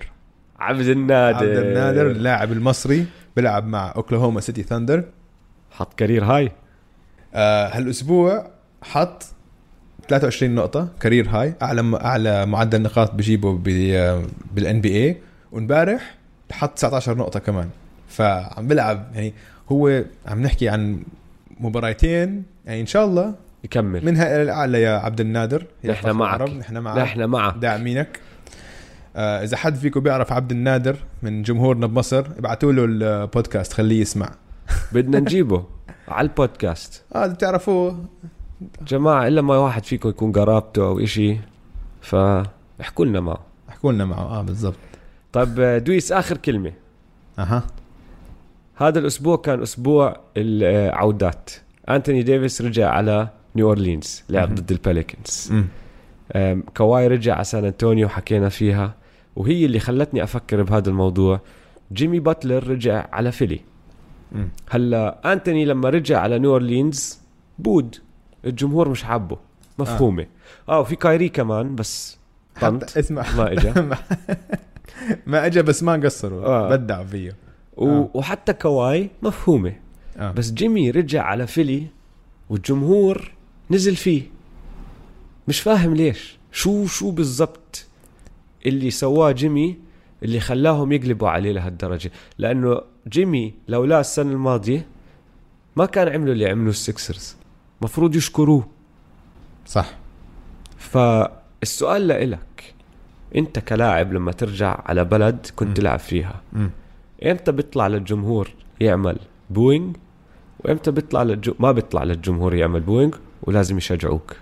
اللاعب المصري، بلعب مع أوكلاهوما سيتي ثاندر. حط كارير هاي. هالأسبوع حط 23 نقطة كارير هاي، أعلى معدل نقاط بجيبه بالNBA. ونبارح حط 19 نقطة كمان. فعم بلعب يعني، هو عم نحكي عن مباراتين يعني إن شاء الله يكمل منها إلى الأعلى يا عبد النادر. نحن معك داعمينك. إذا حد فيكم بيعرف عبد النادر من جمهورنا بمصر، ابعتوا له البودكاست خليه يسمع. بدنا نجيبه على البودكاست. بتعرفوه جماعة، إلا ما واحد فيكم يكون قرابته أو إشي، فاحكوا لنا معه. بالضبط. طيب دويس، آخر كلمة. هذا الأسبوع كان أسبوع العودات. أنتوني ديفيس رجع على نيو أورلينز لعب ضد الباليكنز. كواي رجع على سان أنطونيو حكينا فيها، وهي اللي خلتني أفكر بهذا الموضوع. جيمي باتلر رجع على فيلي. هلا أنتوني لما رجع على نيو أورلينز بود الجمهور مش حابه، مفهومة. وفي كايري كمان بس طنط اسمع ما إجا ما اجى بس ما قصروا بدعوا فيه. وحتى كواي مفهومة. بس جيمي رجع على فيلي والجمهور نزل فيه، مش فاهم ليش. شو بالضبط اللي سواه جيمي اللي خلاهم يقلبوا عليه لهالدرجة؟ لأنه جيمي لولا السنة الماضية ما كان عملوا اللي عملوا السيكسرز، مفروض يشكروه. صح. فالسؤال لإلك انت كلاعب لما ترجع على بلد كنت تلعب فيها، امتى بيطلع للجمهور يعمل بوينج، وامتى بيطلع ما بيطلع للجمهور يعمل بوينج ولازم يشجعوك؟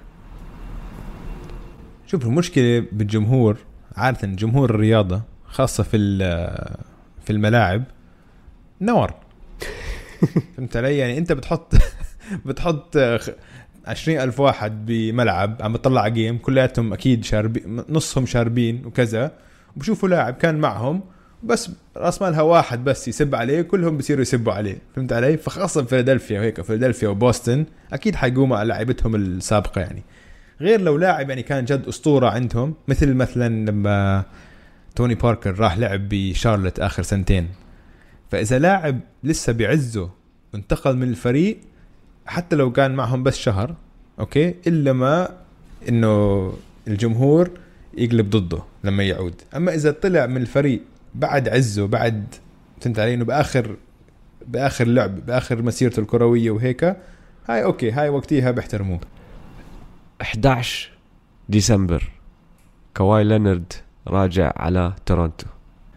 شوف المشكلة بالجمهور عادة، جمهور الرياضة خاصة في الملاعب نور. فهمت علي؟ يعني انت بتحط 20,000 واحد بملعب عم بتطلع جيم، كلياتهم أكيد شاربين، نصهم شاربين وكذا، وبشوفوا لاعب كان معهم بس راس مالها واحد بس يسب عليه، كلهم بيصيروا يسبوا عليه. فهمت علي؟ فخاصة فيلادلفيا وهيك، فيلادلفيا وبوسطن أكيد حيقوموا على لاعبتهم السابقة يعني. غير لو لاعب يعني كان جد أسطورة عندهم، مثلا لما توني باركر راح لعب بشارلت آخر سنتين. فإذا لاعب لسه بعزه وانتقل من الفريق حتى لو كان معهم بس شهر أوكي، إلا ما إنه الجمهور يقلب ضده لما يعود. أما إذا طلع من الفريق بعد عزه، بعد فهمت علي إنه بآخر لعب، بآخر مسيرته الكروية وهيك، هاي أوكي، هاي وقتها بيحترموه. 11 ديسمبر كواي لينارد راجع على تورونتو.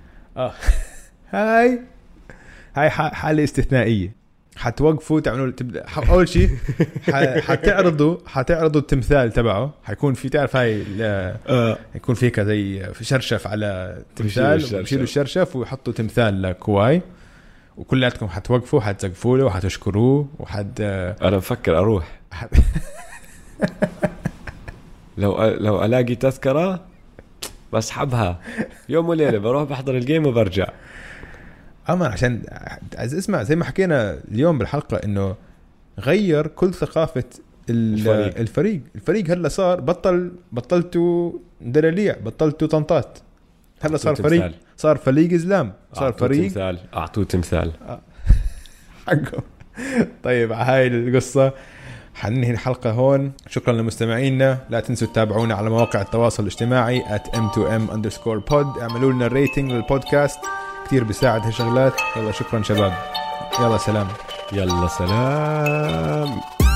هاي حالة استثنائية. حتوقفوا تعملوا أول شيء حتعرضوا التمثال تبعه، حيكون في تعرف هاي يكون فيه كذا زي شرشف على تمثال، ويشيلوا الشرشف ويحطوا تمثال لكواي، وكلاتكم حتوقفوا حتسقفوا له وحتشكروه أنا مفكر أروح. لو ألاقي تذكرة بسحبها يوم وليلة، بروح بحضر الجيم وبرجع. أما عشان اسمع زي ما حكينا اليوم بالحلقة إنه غير كل ثقافة الفريق هلا صار بطلتوا دلاليع، بطلتوا طنطات، هلا صار فريق، صار فريق إسلام، صار فريق أعطوه تمثال حقه. طيب هاي القصة حننهي الحلقة هون. شكرا لمستمعينا، لا تنسوا تتابعونا على مواقع التواصل الاجتماعي @m2m_pod. اعملوا لنا ريتنج للبودكاست، كتير بيساعد هالشغلات. يلا شكرا شباب، يلا سلام. يلا سلام.